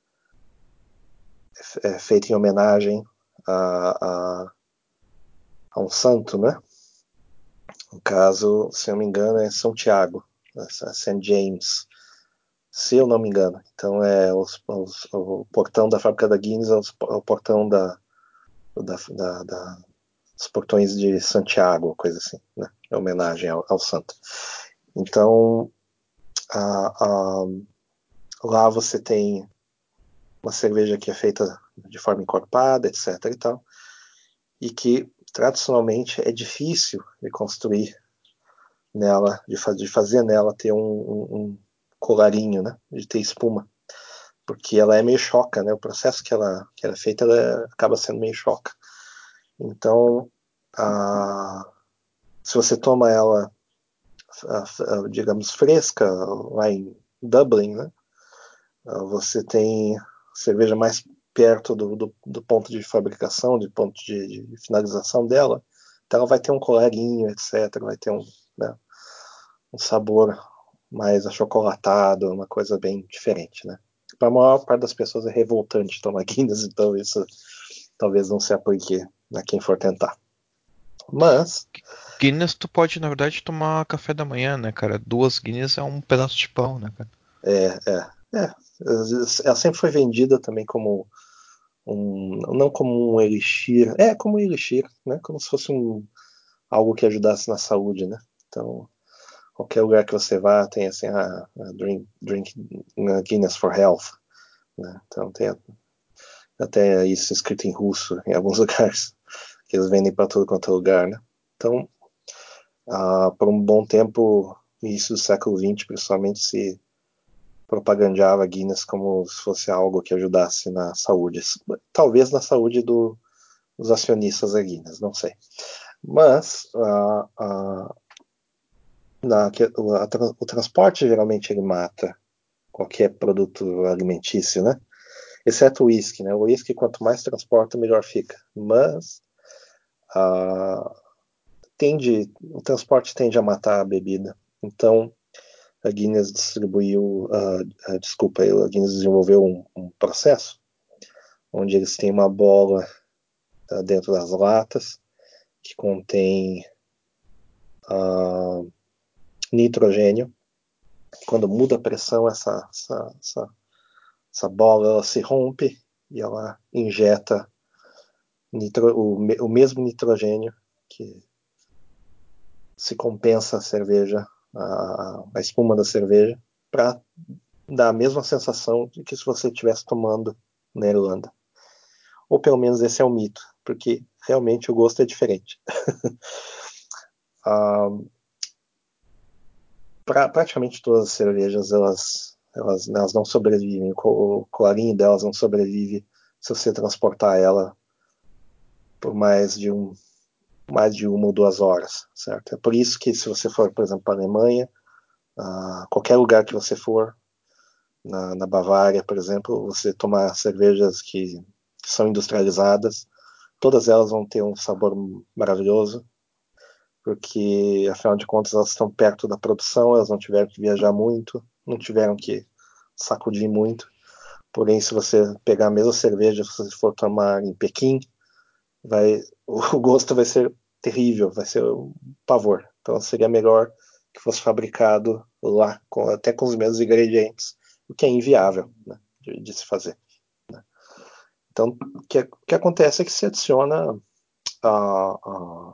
é feita em homenagem a, a, a um santo, né? No caso, se eu não me engano, é São Tiago, Saint James, se eu não me engano. Então, é os, os, o portão da fábrica da Guinness é o portão da, da, da, da os portões de Santiago, coisa assim, né? É homenagem ao, ao santo. Então, a, a, lá você tem uma cerveja que é feita de forma encorpada, etc e tal, e que tradicionalmente é difícil de construir nela, de, faz, de fazer nela ter um, um, um colarinho, né, de ter espuma, porque ela é meio choca, né, o processo que ela, que ela é feita, ela acaba sendo meio choca. Então, a, se você toma ela, a, a, digamos, fresca, lá em Dublin, né, você tem cerveja mais perto do, do, do ponto de fabricação, do ponto de, de finalização dela, então ela vai ter um colarinho, etc, vai ter um, né, um sabor mais achocolatado, uma coisa bem diferente, né? Para a maior parte das pessoas é revoltante tomar Guinness, então isso talvez não se aplique a quem for tentar. Mas Guinness tu pode, na verdade, tomar café da manhã, né, cara? Duas Guinness é um pedaço de pão, né, cara? É, é, é. Ela sempre foi vendida também como um, não como um elixir, é como um elixir, né? Como se fosse um, algo que ajudasse na saúde, né? Então, qualquer lugar que você vá tem assim, a, a drink, drink Guinness for Health, né? Então tem até isso escrito em russo em alguns lugares, que eles vendem para tudo quanto é lugar, né? Então, uh, por um bom tempo, início do século vinte, principalmente, se propagandeava Guinness como se fosse algo que ajudasse na saúde. Talvez na saúde do, dos acionistas da Guinness, não sei. Mas uh, uh, na, a, a, o transporte geralmente ele mata qualquer produto alimentício, né? Exceto o uísque, né? O uísque, quanto mais transporta, melhor fica. Mas uh, tende, o transporte tende a matar a bebida. Então, a Guinness distribuiu, uh, uh, desculpa, a Guinness desenvolveu um, um processo onde eles têm uma bola uh, dentro das latas que contém uh, nitrogênio. Quando muda a pressão, essa, essa, essa, essa bola ela se rompe e ela injeta nitro, o, o mesmo nitrogênio que se compensa a cerveja, a, a espuma da cerveja, para dar a mesma sensação de que se você estivesse tomando na Irlanda. Ou pelo menos esse é o mito, porque realmente o gosto é diferente. ah, pra, praticamente todas as cervejas elas, elas, elas não sobrevivem, o colarinho delas não sobrevive se você transportar ela por mais de um mais de uma ou duas horas, certo? É por isso que se você for, por exemplo, para a Alemanha, uh, qualquer lugar que você for, na, na Bavária, por exemplo, você tomar cervejas que, que são industrializadas, todas elas vão ter um sabor maravilhoso, porque afinal de contas elas estão perto da produção, elas não tiveram que viajar muito, não tiveram que sacudir muito. Porém, se você pegar a mesma cerveja, se você for tomar em Pequim, vai, o gosto vai ser terrível, vai ser um pavor. Então seria melhor que fosse fabricado lá, com, até com os mesmos ingredientes, o que é inviável, né, de, de se fazer. Né. Então, o que, o que acontece é que se adiciona a, a,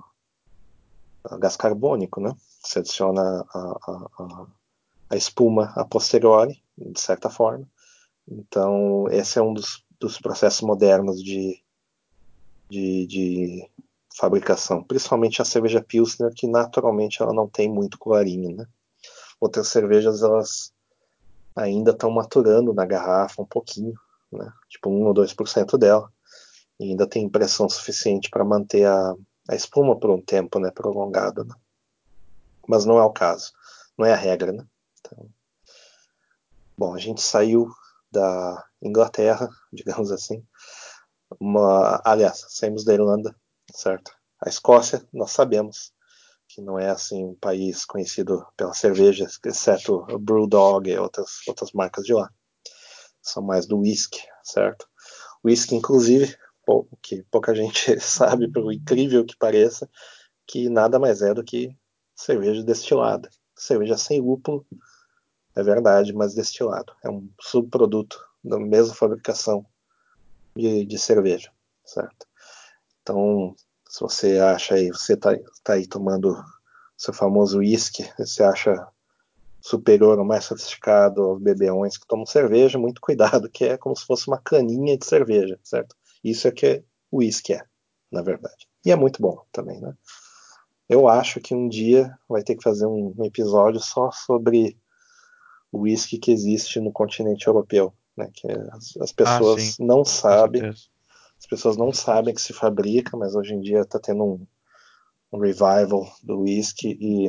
a gás carbônico, né? Se adiciona a, a, a, a espuma a posteriori, de certa forma. Então, esse é um dos, dos processos modernos de, de, de fabricação, principalmente a cerveja Pilsner, que naturalmente ela não tem muito colarinho, né? Outras cervejas, elas ainda estão maturando na garrafa um pouquinho, né? Tipo um ou dois por cento dela, e ainda tem pressão suficiente para manter a, a espuma por um tempo, né, prolongado, né? Mas não é o caso, não é a regra, né? Então, bom, a gente saiu da Inglaterra, digamos assim, uma, aliás, saímos da Irlanda, certo? A Escócia, nós sabemos que não é assim um país conhecido pelas cervejas, exceto o Brewdog e outras, outras marcas de lá. São mais do whisky, certo? Whisky, inclusive, que pouca gente sabe, pelo incrível que pareça, que nada mais é do que cerveja destilada. Cerveja sem lúpulo, é verdade, mas destilado. É um subproduto da mesma fabricação de, de cerveja, certo? Então, se você acha aí, você está tá aí tomando seu famoso whisky, você acha superior ou mais sofisticado aos bebeões que tomam cerveja, muito cuidado, que é como se fosse uma caninha de cerveja, certo? Isso é que o whisky é, na verdade. E é muito bom também, né? Eu acho que um dia vai ter que fazer um, um episódio só sobre o whisky que existe no continente europeu, né? Que as, as Ah, sim, pessoas não com sabem, certeza. as pessoas não sabem que se fabrica, mas hoje em dia está tendo um, um revival do whisky e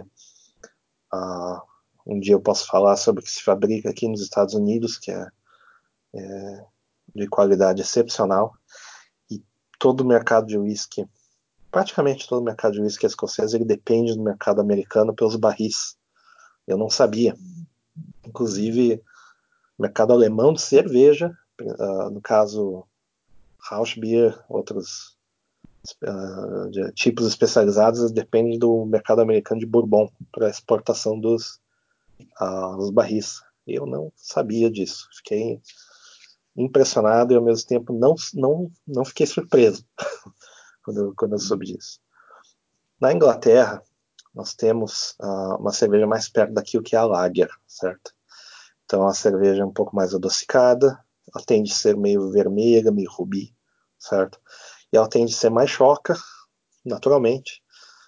uh, um dia eu posso falar sobre o que se fabrica aqui nos Estados Unidos, que é, é de qualidade excepcional, e todo o mercado de whisky, praticamente todo o mercado de whisky escocês, ele depende do mercado americano pelos barris. Eu não sabia. Inclusive, o mercado alemão de cerveja, uh, no caso Rauchbier, outros uh, de tipos especializados, depende do mercado americano de bourbon para exportação dos, uh, dos barris. Eu não sabia disso. Fiquei impressionado e ao mesmo tempo não, não, não fiquei surpreso quando, eu, quando eu soube disso. Na Inglaterra, nós temos uh, uma cerveja mais perto daquilo que é a Lager, certo? Então a cerveja é um pouco mais adocicada, ela tende a ser meio vermelha, meio rubi, certo? E ela tende a ser mais choca, naturalmente,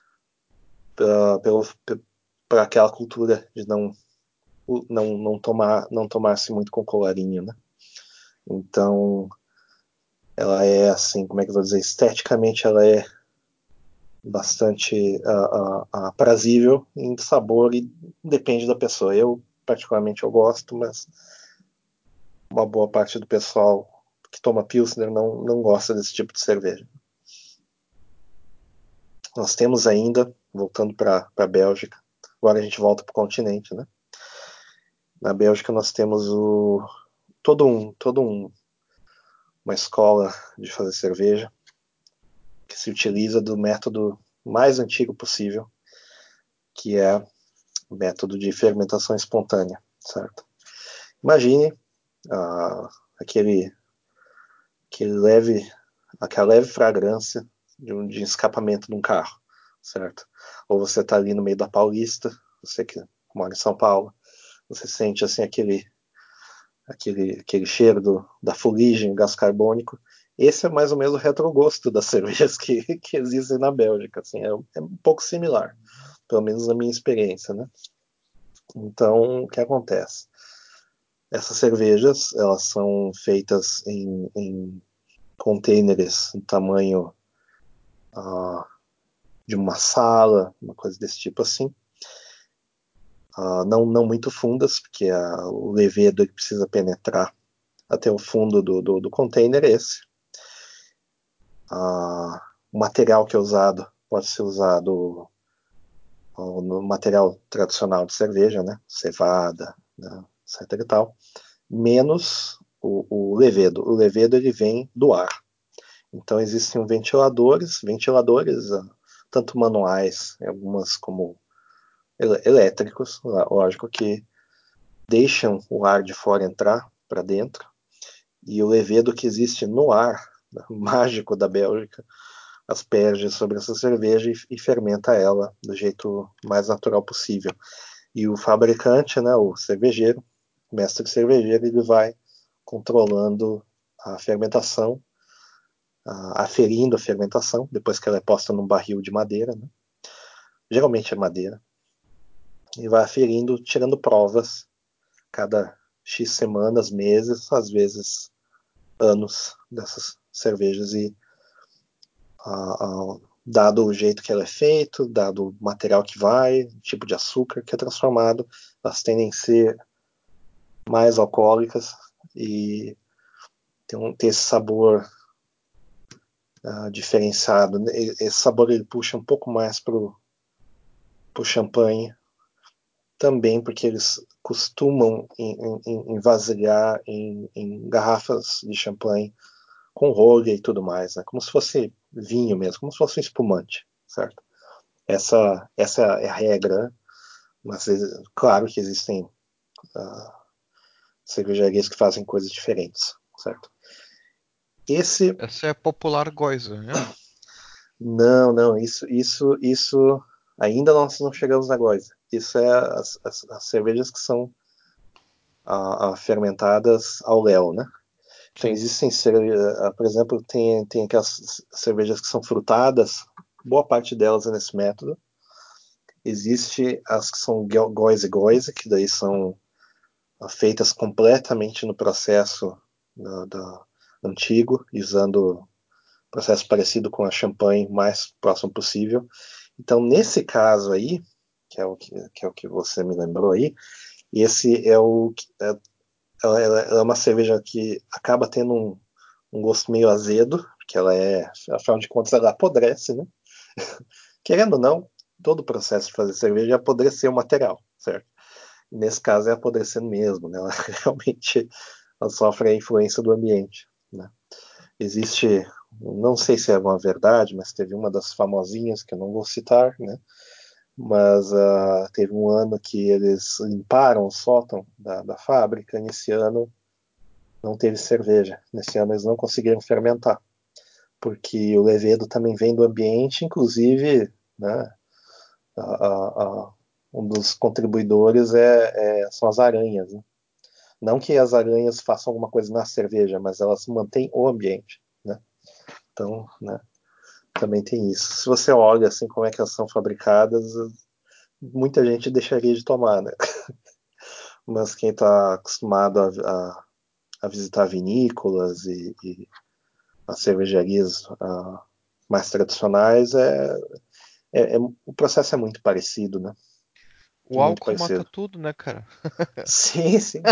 para aquela cultura de não, não, não tomar não tomar-se muito com colarinho, né? Então, ela é assim, como é que eu vou dizer, esteticamente ela é bastante uh, uh, uh, aprazível em sabor e depende da pessoa. Eu, particularmente, eu gosto, mas uma boa parte do pessoal que toma Pilsner não, não gosta desse tipo de cerveja. Nós temos ainda, voltando para a Bélgica, agora a gente volta para o continente, né? Na Bélgica nós temos o, todo, um, todo um, uma escola de fazer cerveja que se utiliza do método mais antigo possível, que é o método de fermentação espontânea, certo? Imagine ah, aquele, aquele leve, aquela leve fragrância de um de escapamento de um carro, certo? Ou você está ali no meio da Paulista, você que mora em São Paulo, você sente assim aquele aquele, aquele cheiro do, da fuligem, gás carbônico. Esse é mais ou menos o retrogosto das cervejas que, que existem na Bélgica, assim, é, é um pouco similar, pelo menos na minha experiência, né? Então, o que acontece? Essas cervejas, elas são feitas em, em containers do tamanho uh, de uma sala, uma coisa desse tipo assim. uh, não, não muito fundas, porque a, o levedo ele precisa penetrar até o fundo do, do, do container esse. Uh, o material que é usado pode ser usado uh, no material tradicional de cerveja, né? Cevada, né? Etc e tal, menos o, o levedo. O levedo ele vem do ar. Então existem ventiladores, ventiladores uh, tanto manuais, algumas como el- elétricos, lógico, que deixam o ar de fora entrar para dentro, e o levedo que existe no ar, né, mágico da Bélgica, asperge sobre essa cerveja e, e fermenta ela do jeito mais natural possível. E o fabricante, né, o cervejeiro, o mestre cervejeiro, ele vai controlando a fermentação, a, aferindo a fermentação, depois que ela é posta num barril de madeira, né? Geralmente é madeira, e vai aferindo, tirando provas cada X semanas, meses, às vezes anos dessas cervejas, e a, a, dado o jeito que ela é feita, dado o material que vai, o tipo de açúcar que é transformado, elas tendem a ser mais alcoólicas e ter, um, ter esse sabor uh, diferenciado. Esse sabor ele puxa um pouco mais pro, pro champanhe, também porque eles costumam em, em, em vasilhar em, em garrafas de champanhe com rolha e tudo mais, né? Como se fosse vinho mesmo, como se fosse um espumante, certo? Essa, essa é a regra, mas claro que existem uh, cervejarias que fazem coisas diferentes, certo? Esse... Essa é a popular Geuser, né? Não, não, isso, isso, isso ainda nós não chegamos na Geuser. Isso é as, as, as cervejas que são uh, uh, fermentadas ao léu, né? Então Sim. existem, uh, por exemplo, tem, tem aquelas cervejas que são frutadas, boa parte delas é nesse método. Existe as que são Geuser Geuser, que daí são uh, feitas completamente no processo da, da antigo, usando processo parecido com a champanhe, mais próximo possível. Então, nesse caso aí, que é o que, que, é o que você me lembrou aí, esse é o é, ela, ela é uma cerveja que acaba tendo um, um gosto meio azedo, porque ela é, afinal de contas, ela apodrece, né? Querendo ou não, todo o processo de fazer cerveja é apodrecer o material, certo? E nesse caso é apodrecendo mesmo, né? Ela realmente ela sofre a influência do ambiente, né? Existe, não sei se é uma verdade, mas teve uma das famosinhas que eu não vou citar, né? Mas uh, teve um ano que eles limparam o sótão da, da fábrica. Nesse ano não teve cerveja. Nesse ano eles não conseguiram fermentar, porque o levedo também vem do ambiente, inclusive, né? A, a, a, um dos contribuidores é, é, são as aranhas, né? Não que as aranhas façam alguma coisa na cerveja, mas elas mantêm o ambiente, né? Então, né? Também tem isso. Se você olha assim como é que elas são fabricadas, muita gente deixaria de tomar, né? Mas quem está acostumado a, a, a visitar vinícolas e, e as cervejarias uh, mais tradicionais, é, é, é, o processo é muito parecido, né? O Muito álcool mata parecido. tudo, né, cara? Sim, sim.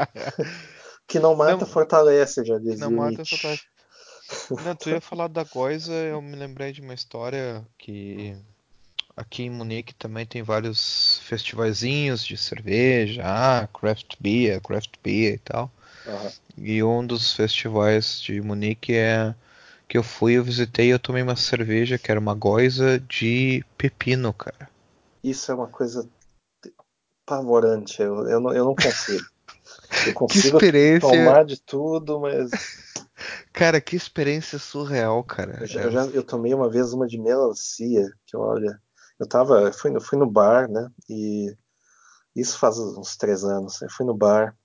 Que não mata, Não, fortalece, já que não dizia o mata Nietzsche. fortalece. Não, tu ia falar da Geuser, eu me lembrei de uma história que aqui em Munique também tem vários festivaizinhos de cerveja, ah, craft beer, craft beer e tal. Uhum. E um dos festivais de Munique é que eu fui, eu visitei, eu tomei uma cerveja que era uma Geuser de pepino, cara. Isso é uma coisa apavorante. Eu, eu, não, eu não consigo. Eu Que consigo experiência, tomar de tudo, mas cara, que experiência surreal, eu cara. já, eu É, já eu tomei uma vez uma de melancia, que olha, eu tava, eu fui, no, fui no bar, né? E isso faz uns três anos. Eu fui no bar,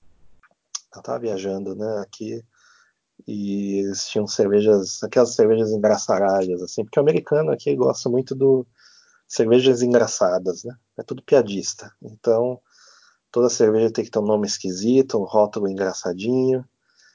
eu tava viajando, né? Aqui e eles tinham cervejas, aquelas cervejas engraçaralhas, assim, porque o americano aqui gosta muito do cervejas engraçadas, né? É tudo piadista. Então toda cerveja tem que ter um nome esquisito, um rótulo engraçadinho.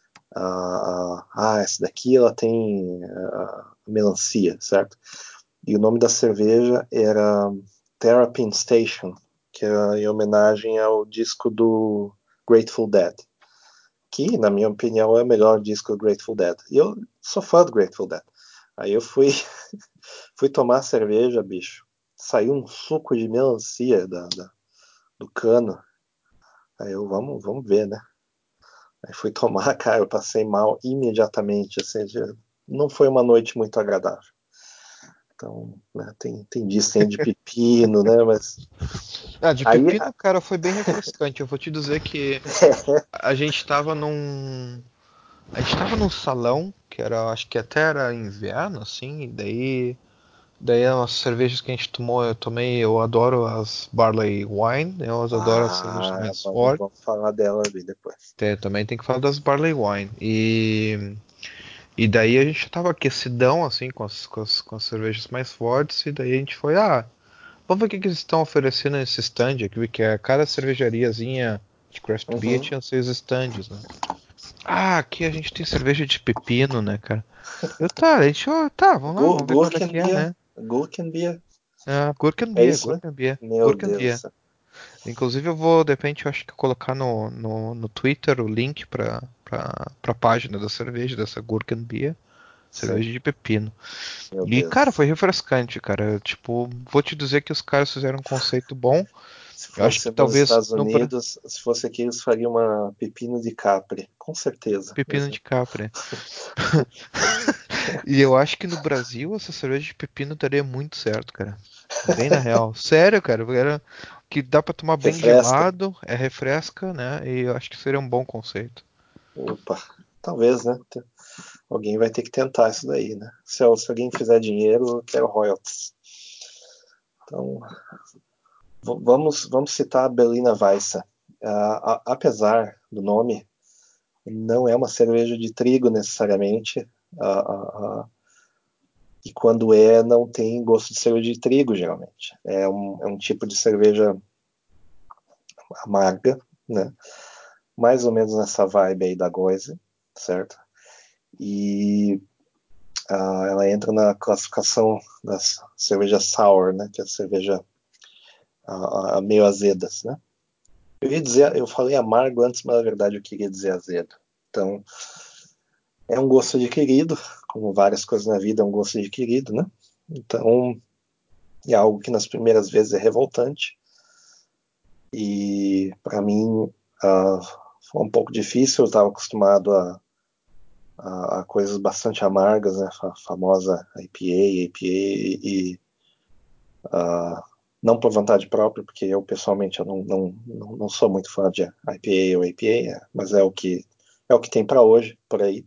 Ah, ah, ah, essa daqui ela tem ah, melancia, certo? E o nome da cerveja era Terrapin Station, que é em homenagem ao disco do Grateful Dead, que, na minha opinião, é o melhor disco do Grateful Dead. E eu sou fã do Grateful Dead. Aí eu fui, fui tomar cerveja, bicho. Saiu um suco de melancia da, da, do cano. Aí eu, vamos, vamos ver, né? Aí fui tomar, cara, eu passei mal imediatamente. Assim, não foi uma noite muito agradável. Então, né, tem, tem disso, tem de pepino, né? Mas. Ah, de Aí. pepino, cara, foi bem refrescante. Eu vou te dizer que a gente tava num. A gente tava num salão, que era, acho que até era inverno, assim, e daí. Daí as cervejas que a gente tomou, eu tomei, eu adoro as Barley Wine, eu adoro as cervejas Ah, mais vamos, fortes. vamos falar dela ali depois. Tem- Também tem que falar das Barley Wine. E, e daí a gente tava aquecidão, assim, com as, com as, com as cervejas mais fortes, e daí a gente foi, ah, vamos ver o que, que eles estão oferecendo nesse stand aqui, que é cada cervejariazinha de craft beer Uhum. tinha seus stands, né? Ah, aqui a gente tem cerveja de pepino, né, cara? Eu, tá, a gente, ó, tá, vamos lá, Gu- vamos ver qual é que é, Gurkenbier, né? Gurkenbier, Ah, é Gurkenbier, isso, né? Gurkenbier, Meu Deus do Gurkenbier. céu. Inclusive eu vou, de repente, eu acho que colocar no, no, no Twitter o link pra, pra, pra página da cerveja, dessa Gurkenbier, Sim, cerveja de pepino. meu E, cara, Deus. foi refrescante, cara. Tipo, vou te dizer que os caras fizeram um conceito bom. Se Eu acho fosse que nos talvez Estados no Bra- Unidos, se fosse aqui, eles fariam uma pepino de Capri, com certeza. pepino Isso. de Capri. E eu acho que no Brasil essa cerveja de pepino daria muito certo, cara. Bem na real. Sério, cara. Era que dá pra tomar bem Refresca. gelado, é refresca, né? E eu acho que seria um bom conceito. Opa, talvez, né? Alguém vai ter que tentar isso daí, né? Se, se alguém fizer dinheiro, eu quero royalties. Então, v- vamos, vamos citar a Berliner Weisse. Ah, a- apesar do nome, não é uma cerveja de trigo necessariamente. Ah, ah, ah, e quando é, não tem gosto de cerveja de trigo, geralmente. É um, é um tipo de cerveja amarga, né? Mais ou menos nessa vibe aí da Goise, certo? E ah, ela entra na classificação das cervejas sour, né? Que é a cerveja ah, ah, meio azedas, né? Eu ia dizer, eu falei amargo antes, mas na verdade eu queria dizer azedo. Então, é um gosto adquirido, como várias coisas na vida, é um gosto adquirido, né? Então, é algo que nas primeiras vezes é revoltante. E para mim uh, foi um pouco difícil, eu estava acostumado a, a, a, coisas bastante amargas, né? A famosa I P A, I P A e uh, não por vontade própria, porque eu pessoalmente eu não, não, não, não sou muito fã de I P A ou A P A, mas é o que é o que tem para hoje por aí.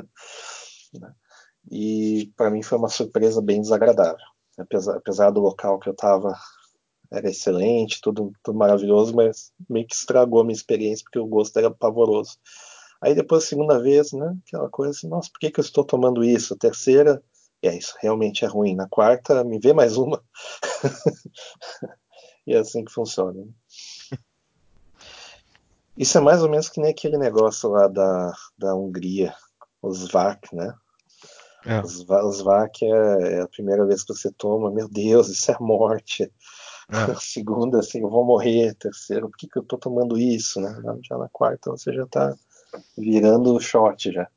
E para mim foi uma surpresa bem desagradável. Apesar, apesar do local que eu estava era excelente, tudo, tudo maravilhoso, mas meio que estragou a minha experiência porque o gosto era pavoroso. Aí depois, a segunda vez, né, aquela coisa assim, nossa, por que, que eu estou tomando isso? A terceira, é, isso realmente é ruim. Na quarta, me vê mais uma. E é assim que funciona. Né? Isso é mais ou menos que nem aquele negócio lá da, da Hungria, os V A C, né? É, Os, os V A C é, é a primeira vez que você toma, meu Deus, isso é morte. é. A segunda, assim, eu vou morrer. A terceira, por que, que eu tô tomando isso, né? Já na quarta você já tá virando shot já.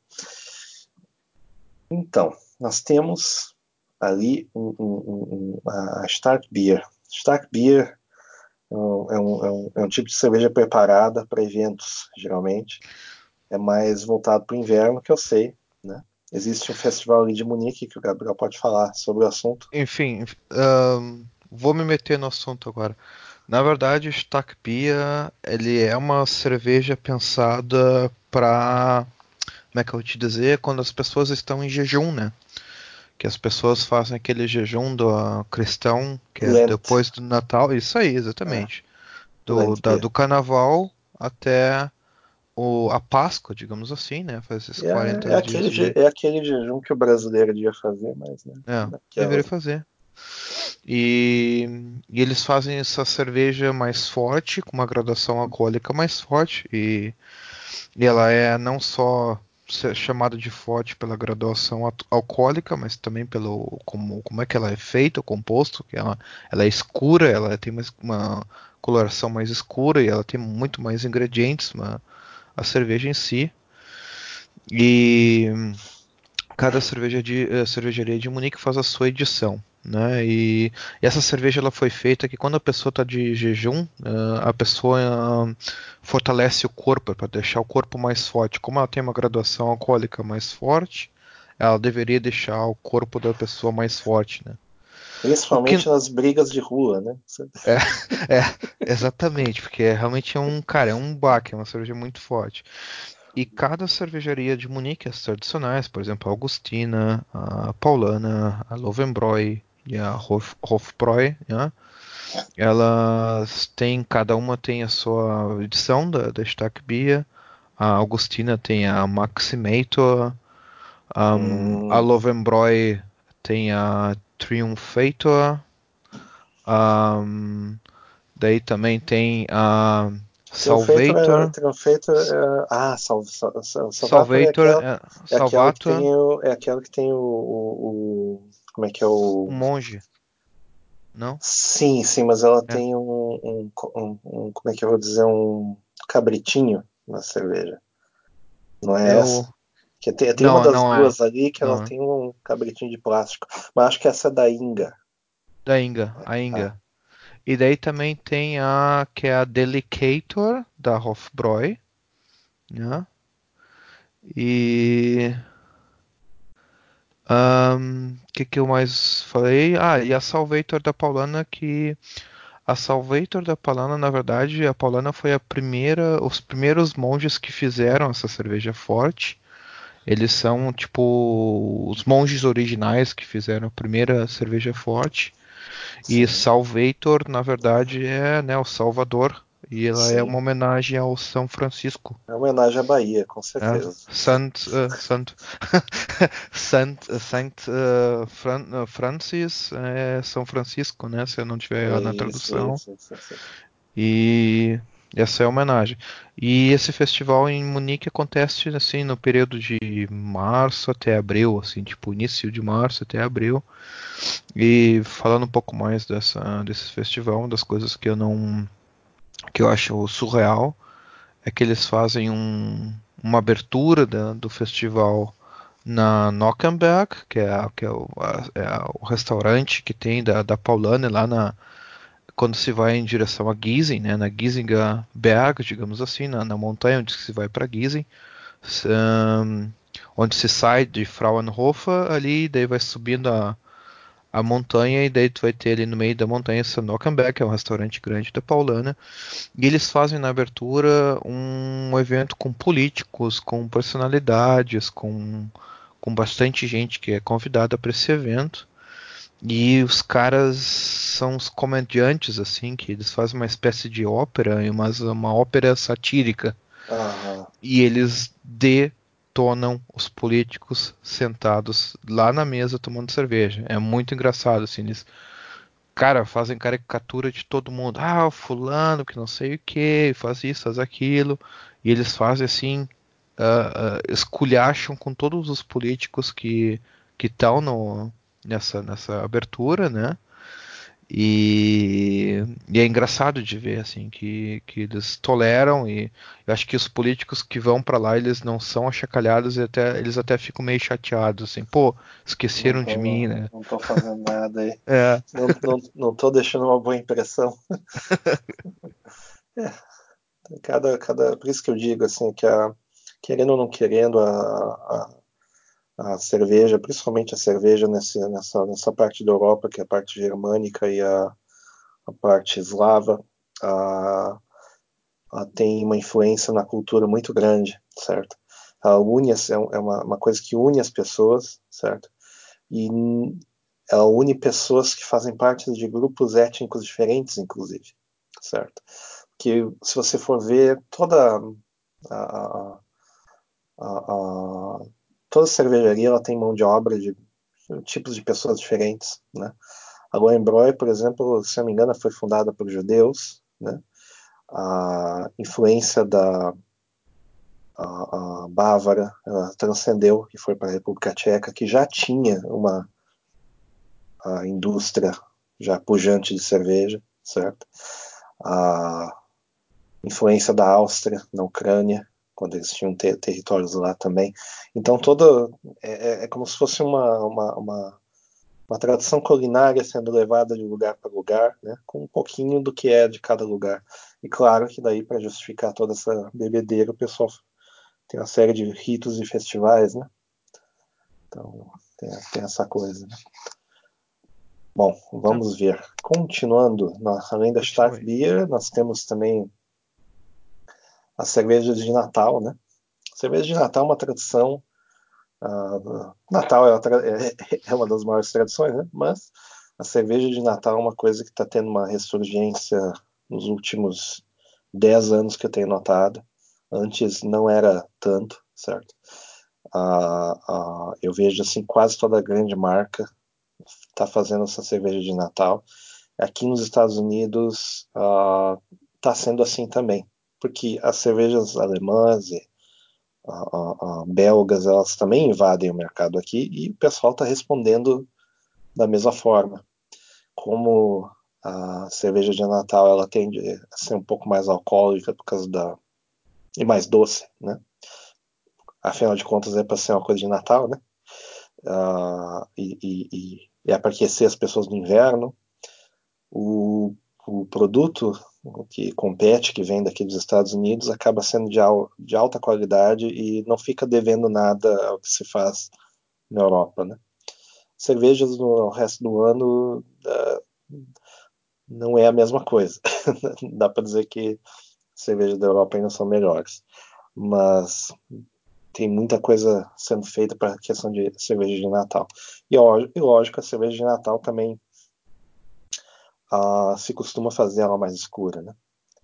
Então, nós temos ali um, um, um, a Stark Beer. Stark Beer é um, é um, é um tipo de cerveja preparada para eventos, geralmente. É mais voltado para o inverno, que eu sei, né? Existe um festival ali de Munique que o Gabriel pode falar sobre o assunto. Enfim, ahn, vou me meter no assunto agora. Na verdade, o Stark Beer, ele é uma cerveja pensada para, como é que eu vou te dizer, quando as pessoas estão em jejum, né? Que as pessoas fazem aquele jejum do ah, cristão, que é Lent, depois do Natal. Isso aí, é, exatamente. Do, Lent da- Beer. do Carnaval até o, a Páscoa, digamos assim, né? Faz esses É, quarenta é, dias aquele, de. é aquele jejum que o brasileiro devia fazer, mas né, É, deveria naquelas. fazer. E, e eles fazem essa cerveja mais forte, com uma graduação alcoólica mais forte. E, e ela é não só ser chamada de forte pela graduação at- alcoólica, mas também pelo como, como é que ela é feita, o composto, que ela, ela é escura, ela tem uma, uma coloração mais escura e ela tem muito mais ingredientes, uma, a cerveja em si. E cada cerveja de, eh, cervejaria de Munique faz a sua edição, né? E, e essa cerveja ela foi feita que quando a pessoa está de jejum, eh, a pessoa ah, fortalece o corpo para deixar o corpo mais forte. Como ela tem uma graduação alcoólica mais forte, ela deveria deixar o corpo da pessoa mais forte, né? O que Principalmente nas brigas de rua, né? é, é exatamente, porque é, realmente é um cara, é um baque, é uma cerveja muito forte. E cada cervejaria de Munique, as tradicionais, por exemplo, a Augustina, a Paulana, a Löwenbräu e a Hof, Hofbräu, né? Elas têm, cada uma tem a sua edição da, da Starkbier. A Augustina tem a Maximator, um, a Hum, Löwenbräu tem a Triumphator, um, daí também tem a Triunfator é, Salvator. Triunfator é, ah, Sal, Sal, Sal, Salvator é Salvator, aquela, é, é aquela que Salvator, tem o, é aquela que tem o, o, o- como é que é o o, monge, não? sim, sim, mas ela É. tem um, um, um- um- como é que eu vou dizer, um cabritinho na cerveja, não É é o. essa? Que tem, tem uma Não, das não é. duas ali que ela Não é. tem um cabritinho de plástico, mas acho que essa é da Inga. Da Inga, a Ah, Inga. E daí também tem a que é a Delicator da Hofbräu, né? E o que que eu mais falei? Ah, e a Salvator da Paulana que a Salvator da Paulana, na verdade, a Paulana foi a primeira, os primeiros monges que fizeram essa cerveja forte. Eles são tipo os monges originais que fizeram a primeira cerveja forte. E sim, Salvator, na verdade, é, né, o Salvador. E ela é sim. uma homenagem ao São Francisco. É uma homenagem à Bahia, com Né? certeza. Sant, uh, Sant, Sant, uh, Saint uh, Fran, uh, Francis é São Francisco, né? Se eu não tiver É errado na isso, tradução. isso, isso, isso. E essa é a homenagem. E esse festival em Munique acontece assim no período de março até abril, assim, tipo início de março até abril. E falando um pouco mais dessa, desse festival, uma das coisas que eu não que eu acho surreal é que eles fazem um, uma abertura da, do festival na Nockenberg, que é, a, que é, o, a, é a, o restaurante que tem da, da Paulaner lá na quando se vai em direção a Giesing, né, na Giesinger Berg, digamos assim, na, na montanha onde se vai para Giesing, um, onde se sai de Fraunhofer ali, daí vai subindo a, a montanha e daí tu vai ter ali no meio da montanha essa Nockenberg, que é um restaurante grande da Paulana, e eles fazem na abertura um evento com políticos, com personalidades, com, com bastante gente que é convidada para esse evento. E os caras são os comediantes, assim, que eles fazem uma espécie de ópera, mas uma ópera satírica. Aham. E eles detonam os políticos sentados lá na mesa tomando cerveja. É muito engraçado, assim, eles cara, fazem caricatura de todo mundo. Ah, o fulano que não sei o que, faz isso, faz aquilo. E eles fazem assim, ah, ah, esculacham com todos os políticos que que estão no nessa nessa abertura, né? E, e é engraçado de ver assim que, que eles toleram e eu acho que os políticos que vão pra lá eles não são achacalhados e até eles até ficam meio chateados assim, pô, Não esqueceram de mim, tô, né? não tô fazendo nada aí. É, Não, não, não tô deixando uma boa impressão. É, cada, cada, por isso que eu digo assim, que a, querendo ou não querendo, a, a, a cerveja, principalmente a cerveja nessa, nessa, nessa parte da Europa, que é a parte germânica e a, a parte eslava, a, a tem uma influência na cultura muito grande, certo? A une, é uma, uma coisa que une as pessoas, certo? E ela une pessoas que fazem parte de grupos étnicos diferentes, inclusive, certo? Que se você for ver toda a, a, a, a toda cervejaria ela tem mão de obra de tipos de pessoas diferentes, né? A Lowenbräu, por exemplo, se não me engano, foi fundada por judeus, né? A influência da a, a Bávara, ela transcendeu e foi para a República Tcheca, que já tinha uma a indústria já pujante de cerveja, certo? A influência da Áustria na Ucrânia, quando eles tinham ter, territórios lá também. Então, toda é, é como se fosse uma, uma, uma, uma tradição culinária sendo levada de lugar para lugar, né, com um pouquinho do que é de cada lugar. E claro que daí, para justificar toda essa bebedeira, o pessoal tem uma série de ritos e festivais, né? Então, tem, tem essa coisa, né? Bom, Tá, vamos ver. Continuando, nós, além da Stark continue. Beer, nós temos também as cervejas de Natal, né? A cerveja de Natal é uma tradição. Uh, Natal é uma, tra é, é uma das maiores tradições, né? Mas a cerveja de Natal é uma coisa que está tendo uma ressurgência nos últimos dez anos que eu tenho notado. Antes não era tanto, certo? Uh, uh, eu vejo assim quase toda grande marca está fazendo essa cerveja de Natal. Aqui nos Estados Unidos está uh, sendo assim também, porque as cervejas alemãs e uh, uh, belgas elas também invadem o mercado aqui e o pessoal está respondendo da mesma forma. Como a cerveja de Natal ela tende a ser um pouco mais alcoólica por causa da e mais doce, né? Afinal de contas é para ser uma coisa de Natal, né? Uh, e, e, e é para aquecer as pessoas no inverno. O, o produto que compete, que vem daqui dos Estados Unidos, acaba sendo de, al, de alta qualidade e não fica devendo nada ao que se faz na Europa, né? Cervejas no resto do ano uh, não é a mesma coisa. Dá para dizer que cervejas da Europa ainda são melhores, mas tem muita coisa sendo feita para a questão de cerveja de Natal. E, e lógico, a cerveja de Natal também uh, se costuma fazer ela mais escura, né?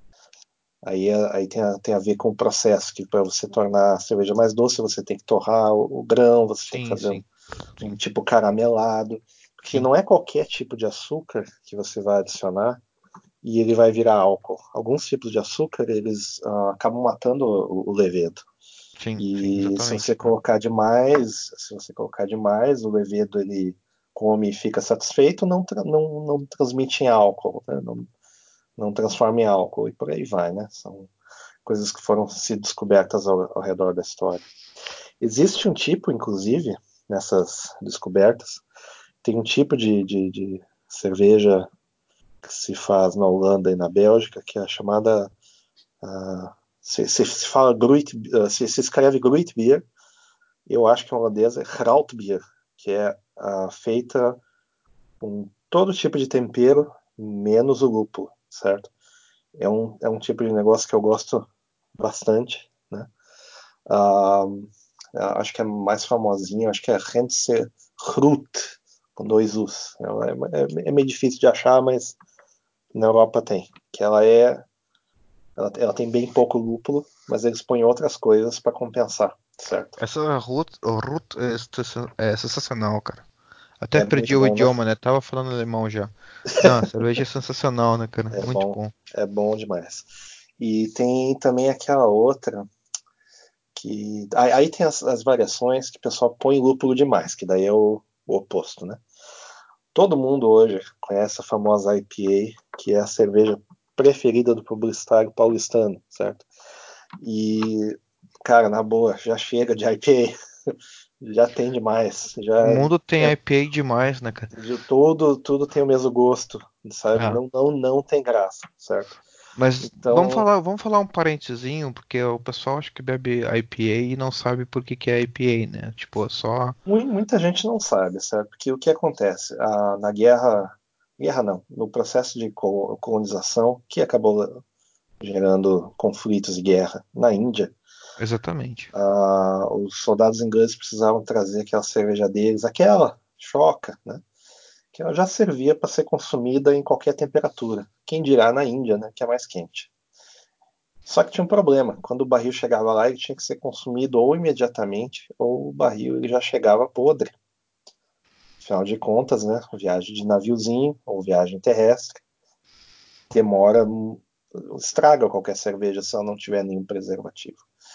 Aí, aí tem, a, tem a ver com o processo, que para você tornar a cerveja mais doce, você tem que torrar o, o grão, você tem que Sim, fazer sim, um, um sim, tipo caramelado, porque sim. não é qualquer tipo de açúcar que você vai adicionar e ele vai virar álcool. Alguns tipos de açúcar, eles uh, acabam matando o, o levedo. Sim, sim, E se você exatamente. É. colocar demais, se você colocar demais, o levedo ele come e fica satisfeito, não, não, não transmite em álcool, né? não, não transforma em álcool e por aí vai, né? São coisas que foram se descobertas ao, ao redor da história. Existe um tipo, inclusive, nessas descobertas, tem um tipo de, de, de cerveja que se faz na Holanda e na Bélgica, que é a chamada. Uh, se, se, se fala Gruit, uh, se, se escreve Gruitbier, eu acho que em holandês é Grautbier, que é uh, feita com todo tipo de tempero, menos o lúpulo, certo? É um, é um tipo de negócio que eu gosto bastante, né? Uh, acho que é mais famosinha, acho que é Rentse Hrut, com dois U's. É, é, é meio difícil de achar, mas na Europa tem. Que ela é. Ela, ela tem bem pouco lúpulo, mas eles põem outras coisas para compensar, certo? Essa Ruth, o Ruth é, sensa- é sensacional, cara. Até É perdi muito o bom, né? idioma, né? Tava falando alemão já. Não, a cerveja é sensacional, né, cara? É Muito bom, bom. é bom demais. E tem também aquela outra que. Aí, aí tem as, as variações que o pessoal põe lúpulo demais, que daí é o, o oposto, né? Todo mundo hoje conhece a famosa I P A, que é a cerveja preferida do publicitário paulistano, certo? E, cara, na boa, já chega de I P A, já tem demais, O já mundo tem é I P A demais, né, cara? de tudo, tudo tem o mesmo gosto, sabe? Ah, Não, não, não tem graça, certo? mas vamos Então, falar, vamos falar um parentezinho, porque o pessoal acha que bebe I P A e não sabe por que que é I P A, né? Tipo, é só. muita gente não sabe, certo? Porque o que acontece? Ah, na guerra, guerra não, no processo de colonização, que acabou gerando conflitos e guerra na Índia, Exatamente. ah, os soldados ingleses precisavam trazer aquela cerveja deles, aquela choca, né? Que ela já servia para ser consumida em qualquer temperatura. Quem dirá na Índia, né? Que é mais quente. Só que tinha um problema. Quando o barril chegava lá, ele tinha que ser consumido ou imediatamente, ou o barril ele já chegava podre. Afinal de contas, né? Viagem de naviozinho ou viagem terrestre demora, estraga qualquer cerveja se ela não tiver nenhum preservativo.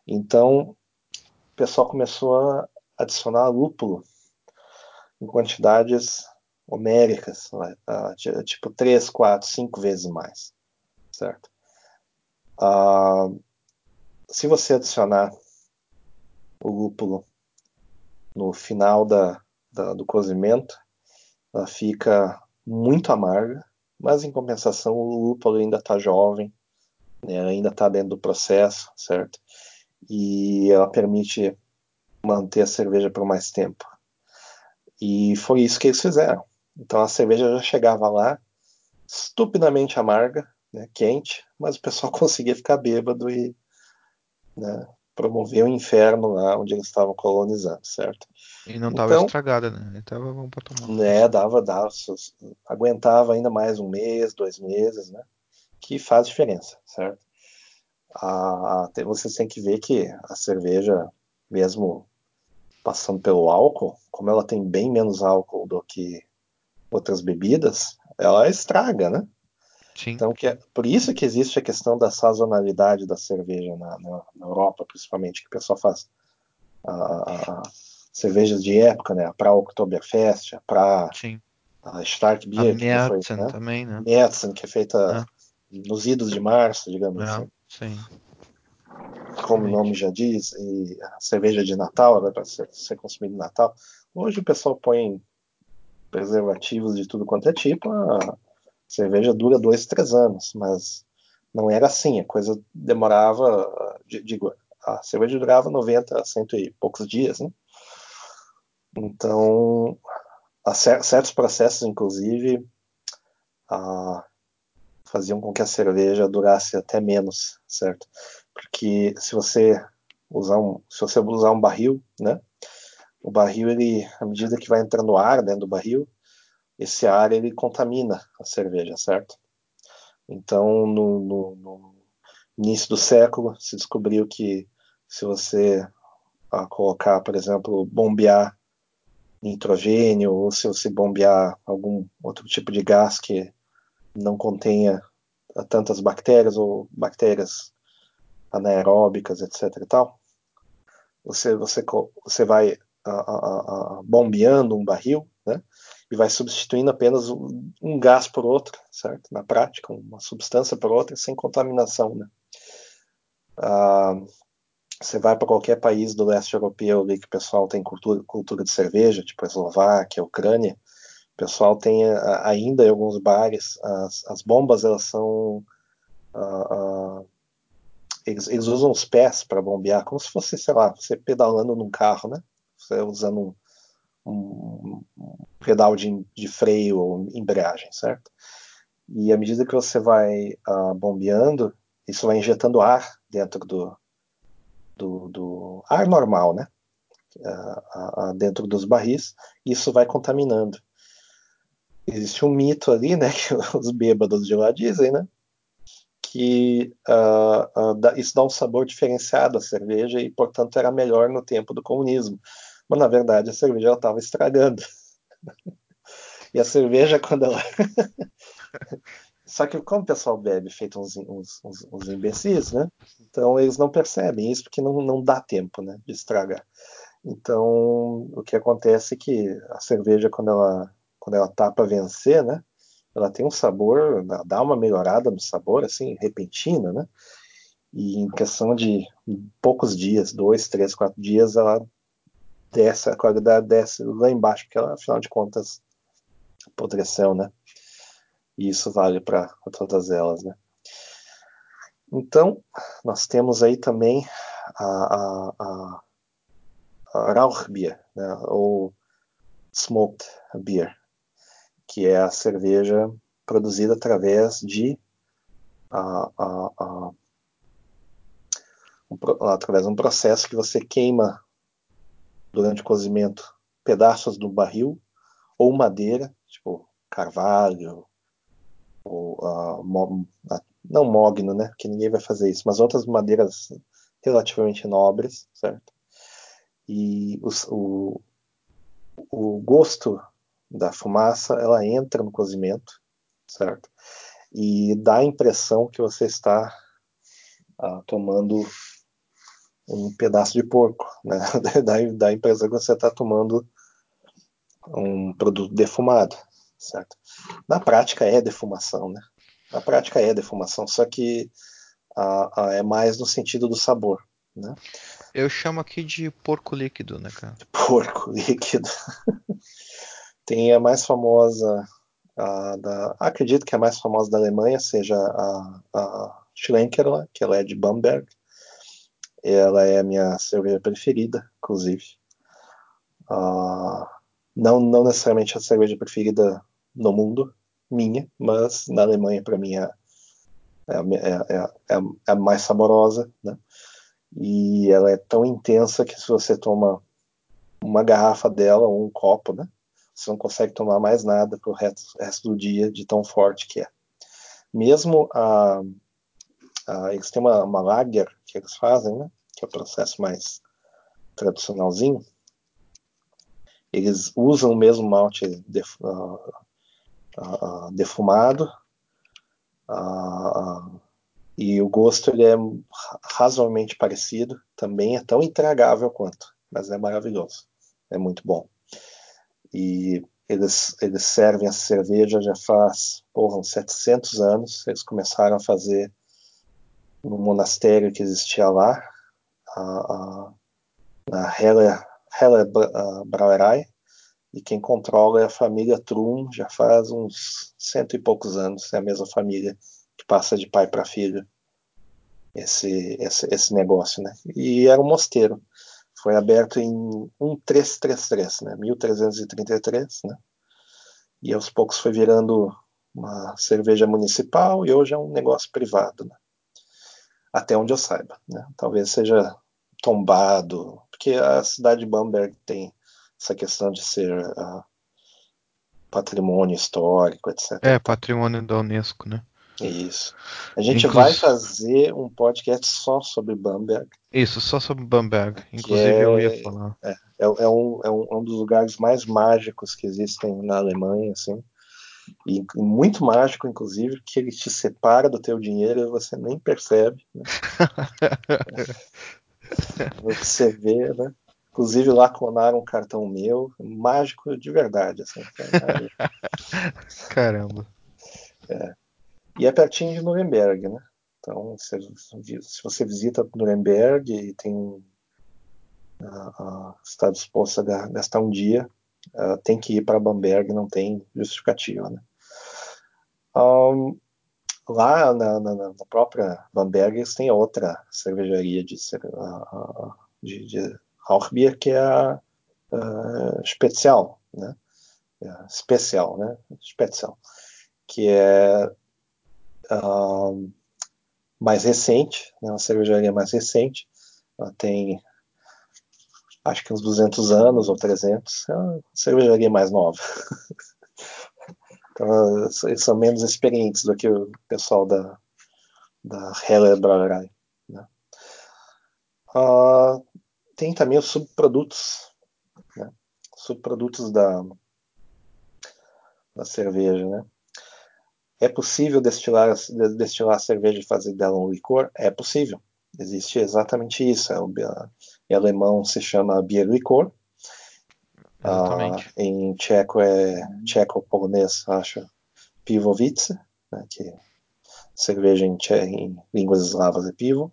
Então, o pessoal começou a adicionar lúpulo em quantidades homéricas, né? uh, tipo três, quatro, cinco vezes mais, certo? Uh, se você adicionar o lúpulo no final da, da, do cozimento, ela fica muito amarga, mas em compensação o lúpulo ainda está jovem, né? Ainda está dentro do processo, certo? E ela permite manter a cerveja por mais tempo. E foi isso que eles fizeram. Então a cerveja já chegava lá estupidamente amarga, né, quente, mas o pessoal conseguia ficar bêbado e, né, promover o inferno lá onde eles estavam colonizando, certo? E não tava Então, estragada, né? E tava bom pra tomar. né, dava, dava, aguentava ainda mais um mês, dois meses, né? Que faz diferença, certo? A, a, você tem que ver que a cerveja, mesmo passando pelo álcool, como ela tem bem menos álcool do que outras bebidas, ela estraga, né? Sim. Então, que é, por isso que existe a questão da sazonalidade da cerveja na, na, na Europa, principalmente, que o pessoal faz a, a, a cervejas de época, né? Para Oktoberfest, para Sim. a A Starkbier, que foi, Märzen né? também, né? Märzen, que é feita É, nos idos de março, digamos é, assim, sim. como o nome Exatamente. já diz, e a cerveja de Natal, né, para ser, ser consumida no Natal. Hoje o pessoal põe preservativos de tudo quanto é tipo, a cerveja dura dois, três anos, mas não era assim, a coisa demorava, digo, a cerveja durava noventa, cento e poucos dias, né? Então, certos processos, inclusive, a, faziam com que a cerveja durasse até menos, certo? Porque se você usar um, se você usar um barril, né? O barril, ele, à medida que vai entrando ar dentro do barril, esse ar ele contamina a cerveja, certo? Então, no, no, no início do século, se descobriu que se você ah, colocar, por exemplo, bombear nitrogênio ou se você bombear algum outro tipo de gás que não contenha tantas bactérias ou bactérias anaeróbicas, etc e tal, você, você, você vai a, a, a, bombeando um barril, né? E vai substituindo apenas um, um gás por outro, certo? Na prática, uma substância por outra, sem contaminação, né? Ah, você vai para qualquer país do leste europeu ali que o pessoal tem cultura, cultura de cerveja, tipo a Eslováquia, a Ucrânia, o pessoal tem ainda em alguns bares, as, as bombas elas são uh, uh, eles, eles usam os pés para bombear, como se fosse, sei lá, você pedalando num carro, né? Você usando um, um, um pedal de, de freio ou embreagem, certo? E à medida que você vai uh, bombeando, isso vai injetando ar dentro do, do, do ar normal, né? Uh, uh, dentro dos barris, e isso vai contaminando. Existe um mito ali, né? Que os bêbados de lá dizem, né? Que uh, uh, isso dá um sabor diferenciado à cerveja e, portanto, era melhor no tempo do comunismo. Mas, na verdade, a cerveja estava estragando. E a cerveja, quando ela... Só que como o pessoal bebe feito uns, uns, uns, uns imbecis, né? Então, eles não percebem isso porque não, não dá tempo, né, de estragar. Então, o que acontece é que a cerveja, quando ela, quando ela tá para vencer, né? Ela tem um sabor, dá uma melhorada no sabor, assim, repentina, né? E em questão de poucos dias, dois, três, quatro dias, ela desce, a qualidade desce lá embaixo, porque ela, afinal de contas, apodreceu, né? E isso vale para todas elas, né? Então, nós temos aí também a, a, a, a Rauchbier, né? Ou Smoked Beer, que é a cerveja produzida através de a, a, a, um, através de um processo que você queima durante o cozimento pedaços do barril ou madeira, tipo carvalho, ou uh, mo, uh, não mogno, né? Que ninguém vai fazer isso, mas outras madeiras relativamente nobres, certo? E os, o, o gosto da fumaça, ela entra no cozimento, certo? E dá a impressão que você está uh, tomando um pedaço de porco, né? da, da impressão que você está tomando um produto defumado, certo? Na prática é defumação, né? Na prática é defumação, só que a, a, é mais no sentido do sabor, né? Eu chamo aqui de porco líquido, né, cara? Porco líquido. Tem a mais famosa, a da, acredito que a mais famosa da Alemanha seja a, a Schlenkerla, que ela é de Bamberg. Ela é a minha cerveja preferida, inclusive. Uh, não, não necessariamente a cerveja preferida no mundo, minha, mas na Alemanha, para mim, é, é, é, é, é a mais saborosa, né? E ela é tão intensa que se você toma uma garrafa dela ou um copo, né, você não consegue tomar mais nada pro resto, resto do dia, de tão forte que é. Mesmo a, a eles têm uma, uma lager que eles fazem, né, que é o processo mais tradicionalzinho. Eles usam o mesmo malte def, uh, uh, defumado, uh, e o gosto ele é razoavelmente parecido, também é tão intragável quanto, mas é maravilhoso, é muito bom. E eles, eles servem essa cerveja já faz, porra, uns setecentos anos. Eles começaram a fazer no monastério que existia lá, a, a, na Helle, Helle Brauerei, e quem controla é a família Trum, já faz uns cento e poucos anos. É a mesma família que passa de pai para filho esse, esse, esse negócio, né? E era um mosteiro. Foi aberto em mil trezentos e trinta e três, né? mil trezentos e trinta e três, né? E aos poucos foi virando uma cerveja municipal e hoje é um negócio privado, né? Até onde eu saiba, né? Talvez seja tombado, porque a cidade de Bamberg tem essa questão de ser uh, patrimônio histórico, etc. É, Então, patrimônio da Unesco, né? isso. A gente vai Inclus... fazer um podcast só sobre Bamberg, Isso, só sobre Bamberg. que Inclusive eu ia é, falar. é, é, um, é um, um dos lugares mais mágicos que existem na Alemanha, assim. E muito mágico, inclusive, que ele te separa do teu dinheiro e você nem percebe, né? Você vê, né? Inclusive lá clonaram um cartão meu, mágico de verdade, assim. Caramba. É. E é pertinho de Nuremberg, né? Então, se, se você visita Nuremberg e tem uh, uh, está disposto a gastar um dia, uh, tem que ir para Bamberg, não tem justificativa, né? Um, Lá na, na, na própria Bamberg eles têm outra cervejaria de, de, de Rauchbier, que é a uh, Spezial, né? É, especial, né? Spezial, que é uh, mais recente, né? Uma cervejaria mais recente. Ela tem acho que uns duzentos anos ou trezentos. É uma cervejaria mais nova. Então, eles são menos experientes do que o pessoal da, da Helle Brauerei, né? Uh, tem também os subprodutos, né? Subprodutos da, da cerveja, né? É possível destilar, destilar a cerveja e fazer dela um licor? É possível. Existe exatamente isso. É, o, em alemão se chama Bierlikor. Uh, Exatamente. em tcheco é tcheco-polonês, acho, Pivovice, né? Que cerveja em, tche, em línguas eslavas é pivo.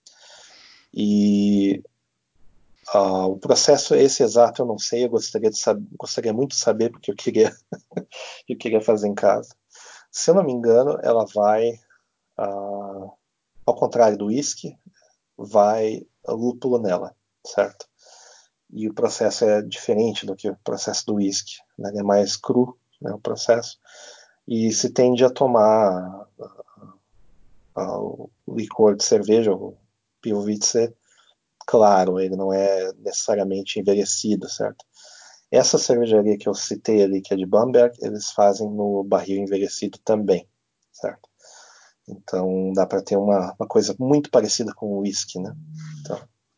E Uh, o processo é esse exato, eu não sei, eu gostaria, de saber, gostaria muito de saber, porque eu queria, eu queria fazer em casa. Se eu não me engano, ela vai, uh, ao contrário do whisky, vai lúpulo nela, certo? E o processo é diferente do que o processo do whisky, né? Ele é mais cru, né, o processo, e se tende a tomar uh, uh, o licor de cerveja, o Pivovitze, claro, ele não é necessariamente envelhecido, certo? Essa cervejaria que eu citei ali, que é de Bamberg, eles fazem no barril envelhecido também, certo? Então dá para ter uma, uma coisa muito parecida com o whisky, né? Então,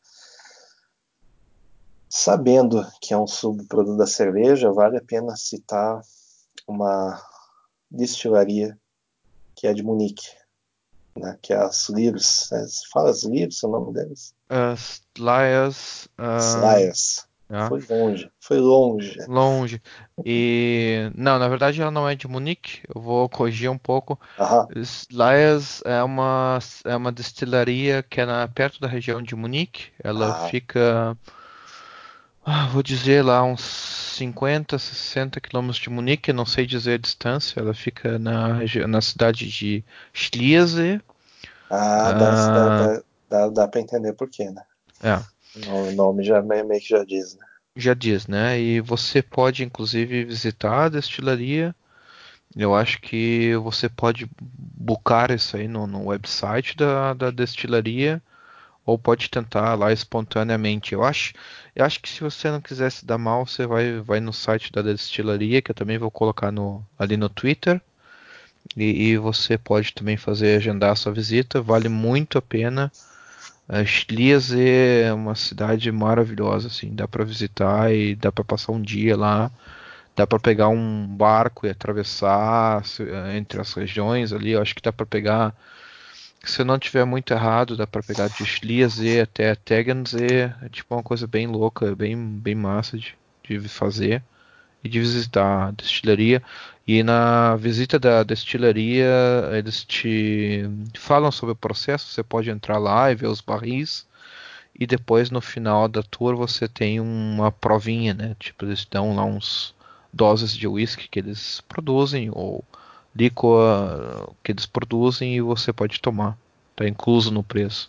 sabendo que é um subproduto da cerveja, vale a pena citar uma destilaria que é de Munique, né, que é as Sleeves. Você fala Sleeves, é o nome deles? As Liars, ah, Slayers. ah, Foi longe, foi longe. longe. E não, na verdade ela não é de Munique. Eu vou corrigir um pouco. Aham. Liars é uma é uma destilaria que é na- perto da região de Munique. Ela Ah, fica, ah, vou dizer lá uns cinquenta, sessenta quilômetros de Munique. Eu não sei dizer a distância. Ela fica na regi- na cidade de Schliersee. ah dá, dá, Ah, dá, dá, dá pra entender por quê, né? é. O nome já meio meio que já diz, né? Já diz, né? E você pode inclusive visitar a destilaria. Eu acho que você pode buscar isso aí no, no website da, da destilaria ou pode tentar lá espontaneamente. Eu acho, eu acho que se você não quiser se dar mal, você vai, vai no site da destilaria, que eu também vou colocar no, ali no Twitter, e, e você pode também fazer agendar a sua visita. Vale muito a pena. A Schliersee é uma cidade maravilhosa, assim, dá para visitar e dá para passar um dia lá. Dá para pegar um barco e atravessar se- entre as regiões ali. Eu acho que dá para pegar, se eu não tiver muito errado, dá para pegar de Schliersee até Tegernsee. É tipo uma coisa bem louca, bem, bem massa de, de fazer e de visitar a destilaria. E na visita da destilaria, eles te falam sobre o processo. Você pode entrar lá e ver os barris. E depois no final da tour você tem uma provinha, né? Tipo, eles dão lá uns doses de whisky que eles produzem ou licor que eles produzem e você pode tomar. Tá incluso no preço.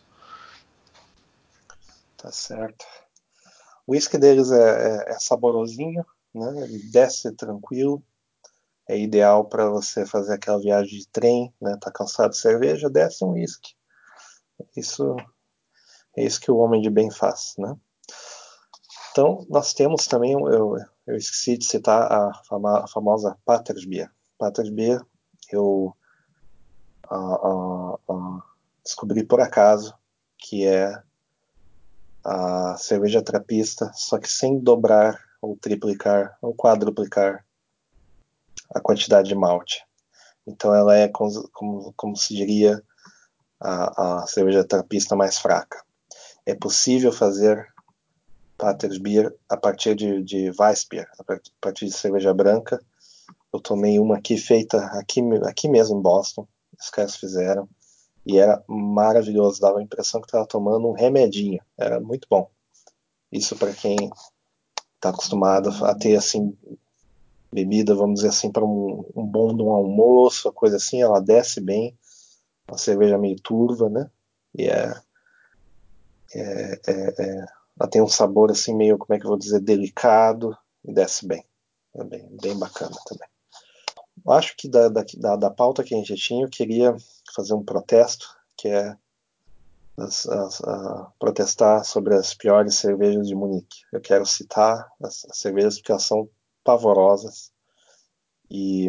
Tá certo. O whisky deles é, é, é saborosinho, né? Ele desce tranquilo. É ideal para você fazer aquela viagem de trem, né? Tá cansado de cerveja, desce um whisky. Isso é isso que o homem de bem faz, né? Então, nós temos também, eu, eu esqueci de citar a, fama, a famosa Patersbier. Patersbier, eu a, a, a, descobri por acaso que é a cerveja trapista, só que sem dobrar ou triplicar ou quadruplicar a quantidade de malte. Então ela é como, como, como se diria a, a cerveja trapista mais fraca. É possível fazer Patersbier a partir de, de Weissbier, a partir de cerveja branca. Eu tomei uma aqui feita aqui, aqui mesmo em Boston. Os caras fizeram. E era maravilhoso. Dava a impressão que estava tomando um remedinho. Era muito bom. Isso para quem está acostumado a ter assim bebida, vamos dizer assim, para um, um bom um almoço, coisa assim. Ela desce bem. Uma cerveja meio turva, né? E é, é, é, é, ela tem um sabor assim meio, como é que eu vou dizer, delicado e desce bem. É bem, bem bacana também. Eu acho que da, da, da pauta que a gente tinha, eu queria fazer um protesto, que é as, as, a, protestar sobre as piores cervejas de Munique. Eu quero citar as, as cervejas porque elas são pavorosas e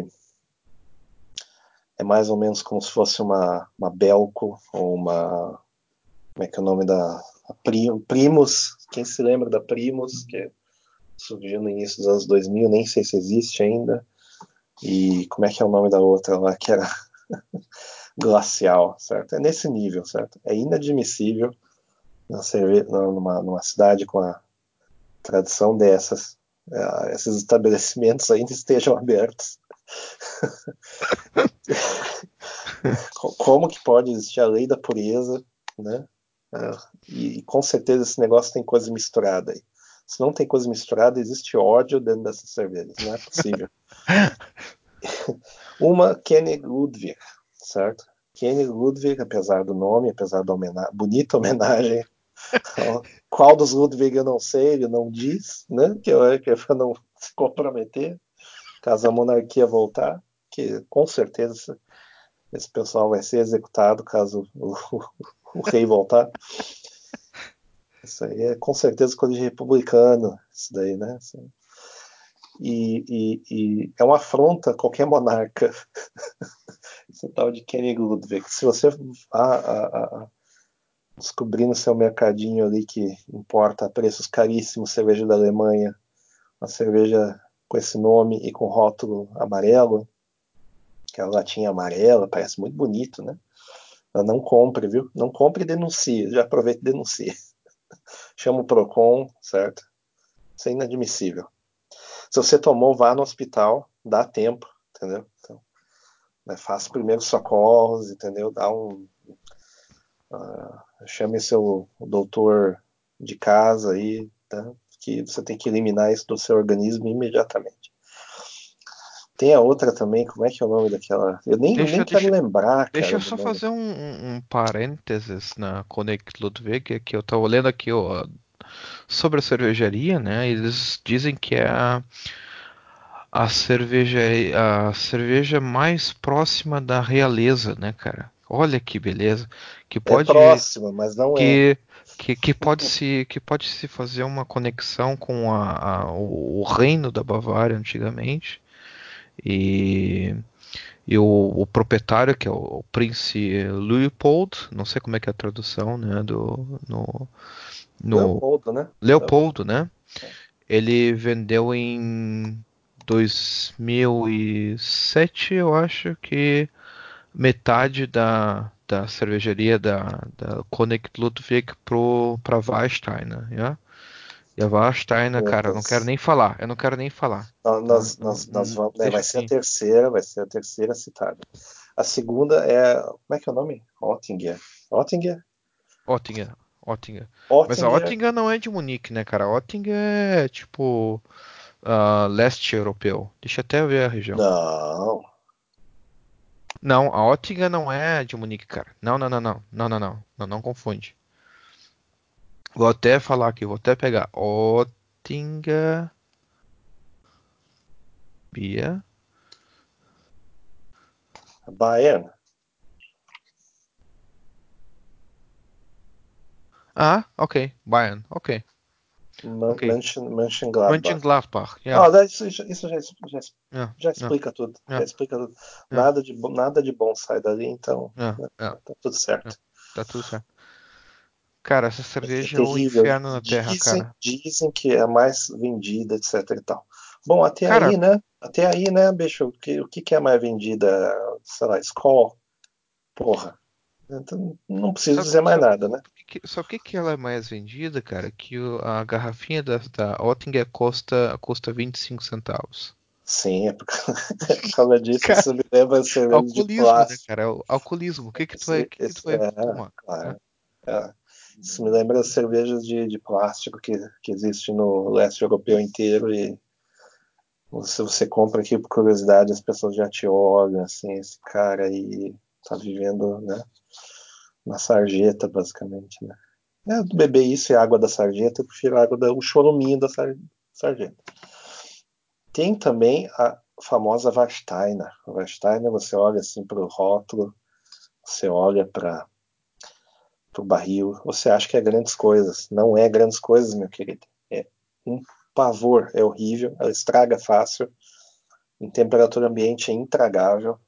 é mais ou menos como se fosse uma, uma Belco ou uma, como é que é o nome da Primus, quem se lembra da Primus, que surgiu no início dos anos dois mil, nem sei se existe ainda. E como é que é o nome da outra lá, que era glacial, certo? É nesse nível, certo? É inadmissível na cerve- numa, numa cidade com a tradição dessas, uh, esses estabelecimentos ainda estejam abertos. Como que pode existir a lei da pureza, né? Uh, e, e com certeza esse negócio tem coisa misturada aí. Se não tem coisa misturada, existe ódio dentro dessas cervejas, não é possível. Uma Kenny Ludwig, certo? Kenny Ludwig, apesar do nome, apesar da homenagem, bonita homenagem, qual dos Ludwig eu não sei, ele não diz, né? Que eu que é para não se comprometer, caso a monarquia voltar, que com certeza esse pessoal vai ser executado caso o, o, o rei voltar. Isso aí é com certeza coisa de republicano, isso daí, né? E, e, e é uma afronta a qualquer monarca. Esse tal de Kenny Ludwig. Se você a, a, a, descobrir no seu mercadinho ali que importa preços caríssimos cerveja da Alemanha, uma cerveja com esse nome e com rótulo amarelo, que a latinha amarela, parece muito bonito, né? Não compre, viu? Não compre e denuncie. Já aproveita e denuncie. Chama o Procon, certo? Isso é inadmissível. Se você tomou, vá no hospital, dá tempo, entendeu? Então, né, faça primeiros socorros, entendeu? Dá um... Uh, chame seu doutor de casa aí, tá? Que você tem que eliminar isso do seu organismo imediatamente. Tem a outra também, como é que é o nome daquela? Eu nem, Deixa, nem quero deixa, lembrar, deixa cara, eu do só nome. fazer um, um, um parênteses na Connect Ludwig, que eu tava olhando aqui ó, sobre a cervejaria, né? Eles dizem que é a, a cerveja, a cerveja mais próxima da realeza, né, cara? Olha que beleza, que É pode próxima, mas não é. que que, que pode se que pode se fazer uma conexão com a, a- o, o reino da Bavária antigamente e, e o, o proprietário que é o, o príncipe Leopold, não sei como é que é a tradução, né, do no, no Leopoldo, né? Leopoldo, Leopoldo. né? Ele vendeu em dois mil e sete, eu acho que metade da, da cervejaria da, da Connect Ludwig pro, pra Warsteiner, né? E a Warsteiner, Meu cara, eu não quero Deus. nem falar, eu não quero nem falar, Nó- tá? Nós, Não- nós, nós não- vamos, né, deixa vai ser a assim. terceira, vai ser a terceira citada. A segunda é, como é que é o nome? Oettinger. Oettinger? Oettinger, Oettinger. Mas a Oettinger? Oettinger não é de Munique, né, cara? A Oettinger é tipo ah, leste europeu. Deixa eu até ver a região. Não. Não, a Oettinger não é de Munique, cara. Não, não, não, não. Não, não, não. Não, não confunde. Vou até falar aqui, vou até pegar. Oettinger, Bia. Bayern. Ah, ok. Bayern, ok. Man- Ok. Mönchen, Mönchengladbach. Mönchengladbach, yeah. Ah, isso, isso isso já, já, Yeah, já yeah, explica tudo. Já yeah, explica tudo. yeah, Nada de, bo- nada de bom sai dali, então yeah, né, yeah, tá tudo yeah. certo. Tá tudo certo. Cara, essa É cerveja é o terrível. inferno na Terra, Dizem, cara. dizem que é a mais vendida, etc e tal. Bom, até Cara, aí, né? Até aí, né, bicho? O que, o que que é mais vendida? Sei lá, Skol? Porra. Então, não preciso sabe, dizer mais sabe, nada, né? sabe, que, que- sabe o que que ela é mais vendida, cara? Que o- a garrafinha da, da Oettinger custa, custa vinte e cinco centavos. Sim, é por, é por causa disso. Cara, Isso me lembra cerveja de alcoolismo, né, plástico. cara? É o alcoolismo. O que que tu vai, o Esse, que que tu esse, vai é, tomar, né? claro. É. Isso me lembra as cervejas de, de plástico que, que existe no leste europeu inteiro e se você compra aqui por curiosidade, as pessoas já te olham assim, esse cara aí tá vivendo, né, na sarjeta, basicamente, né? É, beber isso é água da sarjeta, eu prefiro a água da, o choruminho da sar- sarjeta. Tem também a famosa Warsteiner. A Warsteiner, você olha assim para o rótulo, você olha para o barril, você acha que é grandes coisas. Não é grandes coisas, meu querido. É um pavor, é horrível, ela estraga fácil, em temperatura ambiente é intragável.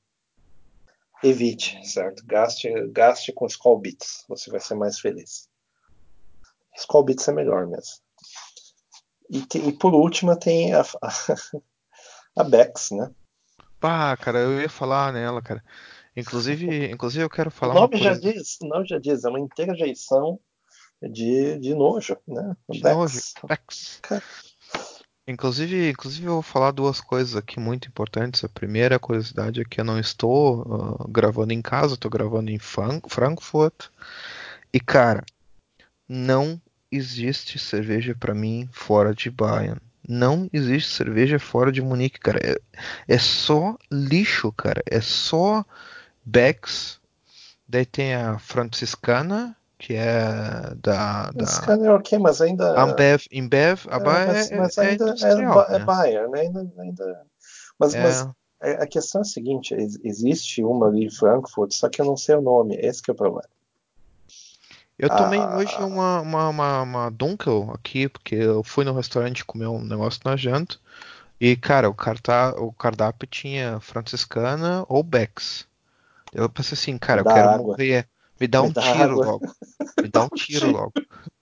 Evite, certo? Gaste, gaste com Skol Beats, você vai ser mais feliz. Skol Beats é melhor mesmo. E, te, e por último tem a, a, a Bex, né? Pá, cara, eu ia falar nela, cara. Inclusive, inclusive eu quero O falar uma nome já curiosidade diz, o nome já diz, é uma interjeição de, de nojo, né? de nojo. Bex. Pex. Inclusive, inclusive eu vou falar duas coisas aqui muito importantes. A primeira curiosidade é que eu não estou ah, gravando em casa, estou gravando em Fran- Frankfurt. E cara, não existe cerveja pra mim fora de Bayern. Não existe cerveja fora de Munique, cara. É, é só lixo, cara. É só Becks. Daí tem a franciscana, que é da, Esse da cara é ok, mas ainda. Ambev. Embev, a É, Bayer mas, é, mas é- é ainda é, industrial, é né? Bayern, né? Ainda, ainda... Mas, mas É, a questão é a seguinte: existe uma ali em Frankfurt, só que eu não sei o nome, esse que é o problema. eu tomei hoje Ah, uma, uma, uma, uma Dunkel aqui, porque eu fui no restaurante comer um negócio na janta. E, cara, o, carta, o cardápio tinha franciscana ou Becks. Eu pensei assim, me cara, eu dá quero água, morrer. Me dá me um dá tiro água. logo. Me dá um tiro logo.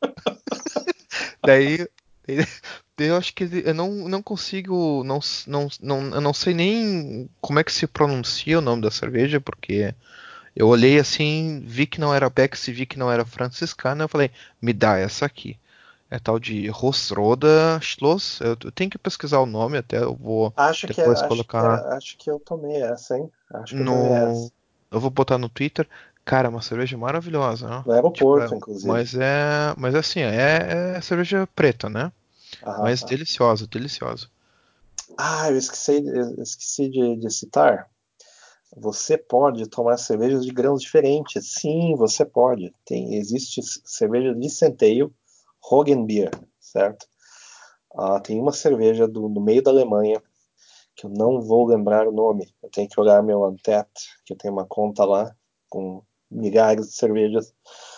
Daí, daí, daí eu acho que eu não, não consigo, não, não, não, eu não sei nem como é que se pronuncia o nome da cerveja, porque Eu olhei assim, vi que não era Beck's e vi que não era franciscana, eu falei, me dá essa aqui. É tal de Rosroda Schloss. Eu, eu tenho que pesquisar o nome, até eu vou Acho que, é- depois acho que, é- colocar acho que eu tomei essa, hein? Acho que eu tomei no. essa. Eu vou botar no Twitter. Cara, uma cerveja maravilhosa, né? No Tipo, aeroporto, é- inclusive. mas é. Mas é assim, é, é cerveja preta, né? Aham, Mas aham. deliciosa, deliciosa. Ah, eu esqueci, eu esqueci de, de citar. Você pode tomar cervejas de grãos diferentes. Sim, você pode. Tem, existe cerveja de centeio, Roggenbier, certo? Ah, tem uma cerveja do, no meio da Alemanha, que eu não vou lembrar o nome. Eu tenho que olhar meu Untappd, que eu tenho uma conta lá com milhares de cervejas.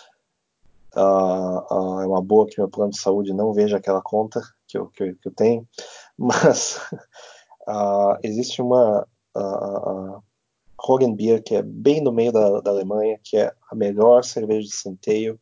Ah, ah, é uma boa que meu plano de saúde não veja aquela conta que eu, que eu, que eu tenho. Mas ah, existe uma ah, ah, Roggenbier, que é bem no meio da, da Alemanha, que é a melhor cerveja de centeio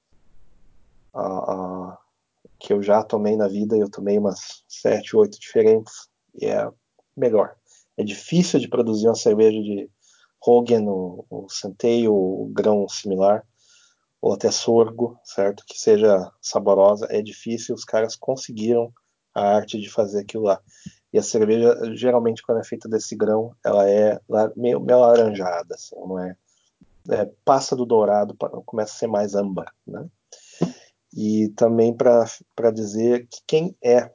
ah, ah, que eu já tomei na vida. Eu tomei umas sete, oito diferentes e é a melhor. É difícil de produzir uma cerveja de Roggen, ou, ou centeio, ou grão similar, ou até sorgo, certo? Que seja saborosa. É difícil, os caras conseguiram a arte de fazer aquilo lá. E a cerveja, geralmente, quando é feita desse grão, ela é meio, meio laranjada, assim, não é, é, passa do dourado, começa a ser mais âmbar, né? E também para dizer que quem é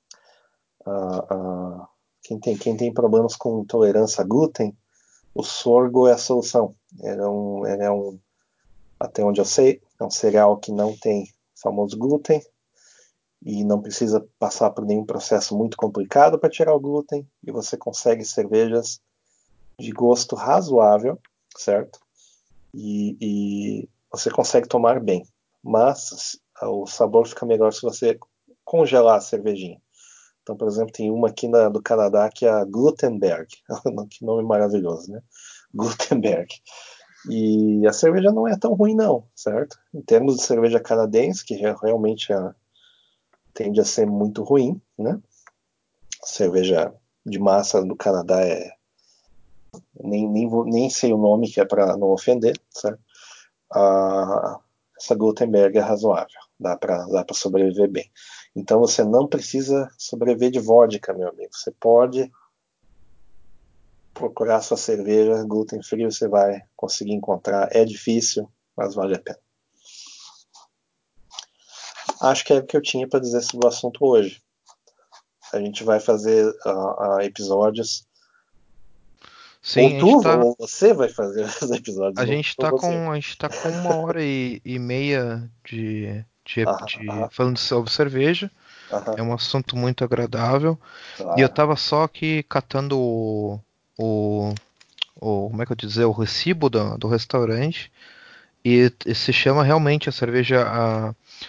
uh, uh, quem, tem, quem tem problemas com intolerância a glúten, o sorgo é a solução. Ele é um, ele é um, até onde eu sei, é um cereal que não tem famoso glúten e não precisa passar por nenhum processo muito complicado para tirar o glúten, e você consegue cervejas de gosto razoável, certo? E, e você consegue tomar bem, mas o sabor fica melhor se você congelar a cervejinha. Então, por exemplo, tem uma aqui na, do Canadá que é a Glutenberg. Que nome maravilhoso, né? Glutenberg. E a cerveja não é tão ruim, não, certo? Em termos de cerveja canadense, que realmente é, tende a ser muito ruim, né? A cerveja de massa do Canadá é. Nem, nem, vou, nem sei o nome, que é para não ofender, certo? A, essa Glutenberg é razoável, dá para dá para sobreviver bem. Então você não precisa sobreviver de vodka, meu amigo. Você pode procurar sua cerveja gluten free, você vai conseguir encontrar. É difícil, mas vale a pena. Acho que é o que eu tinha para dizer sobre o assunto hoje. A gente vai fazer uh, uh, episódios. Ou Sim, a gente tu, tá. ou você vai fazer os episódios, A não gente sou tá você. com. A gente tá com uma hora e, e meia de, de, Aham, de aham, falando sobre cerveja. aham, É um assunto muito agradável. E eu claro. tava só aqui catando o, o, o como é que eu dizer, o recibo do, do restaurante. E, e se chama realmente a cerveja a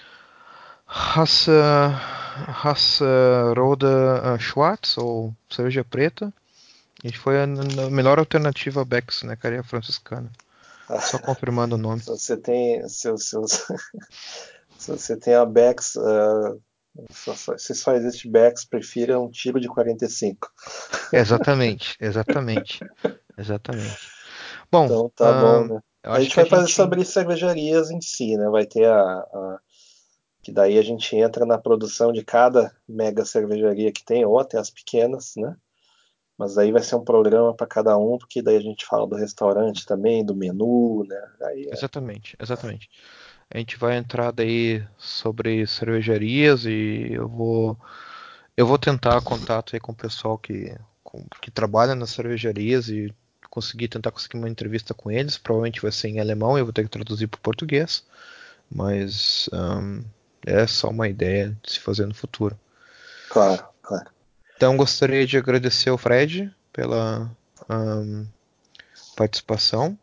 Raça, Raça Roda uh, Schwarz, ou cerveja preta. E foi a, a melhor alternativa a Beck's, né, cara, e a franciscana. Só confirmando o nome. Se você tem, se, se, se você tem a Bex, uh, se só existe Bex, prefira um tiro de quarenta e cinco. Exatamente, exatamente, exatamente. Bom, Então tá bom, ahn, né? eu A acho gente que a vai fazer gente. sobre cervejarias em si, né? Vai ter a, a- que daí a gente entra na produção de cada mega cervejaria que tem, ou até as pequenas, né? Mas aí vai ser um programa para cada um, porque daí a gente fala do restaurante também, do menu, né? Aí é. Exatamente, exatamente. A gente vai entrar daí sobre cervejarias e eu vou. Eu vou tentar contato aí com o pessoal que, com- que trabalha nas cervejarias e conseguir tentar conseguir uma entrevista com eles. Provavelmente vai ser em alemão e eu vou ter que traduzir para o português. Mas ahn, é só uma ideia de se fazer no futuro. Claro, claro. Então gostaria de agradecer ao Fred pela ahn, participação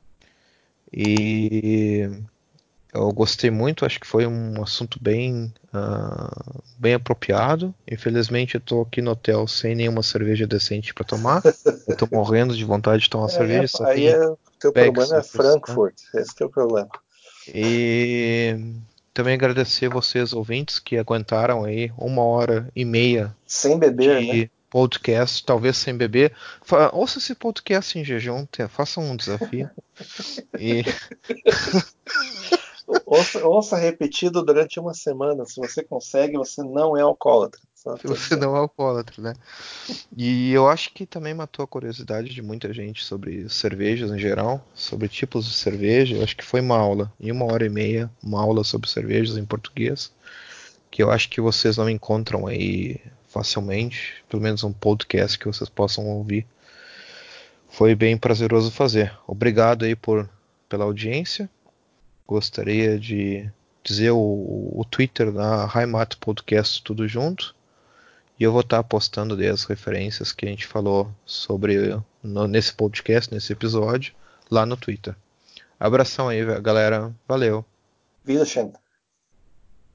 e eu gostei muito, acho que foi um assunto bem, ah, bem apropriado. Infelizmente eu estou aqui no hotel sem nenhuma cerveja decente para tomar. Eu estou morrendo de vontade de tomar É, aí é, cerveja, só aí tem é- o teu Becks problema e é Franciscana. Frankfurt, esse que é o problema. E também agradecer vocês ouvintes que aguentaram aí uma hora e meia Sem beber, né? de. podcast, talvez sem beber. Fa- Ouça esse podcast em jejum, te- faça um desafio. E Ouça, ouça repetido durante uma semana. Se você consegue, você não é alcoólatra. Só se tô você dizendo. não é alcoólatra, né? E eu acho que também matou a curiosidade de muita gente sobre cervejas em geral, sobre tipos de cerveja. Eu acho que foi uma aula, em uma hora e meia, uma aula sobre cervejas em português, que eu acho que vocês não encontram aí facilmente, pelo menos um podcast que vocês possam ouvir. Foi bem prazeroso fazer. Obrigado aí por, pela audiência. Gostaria de dizer o, o Twitter da Heimat Podcast tudo junto. E eu vou estar postando daí as referências que a gente falou sobre no- nesse podcast, nesse episódio, lá no Twitter. Abração aí, galera. Valeu. Wiedersehen.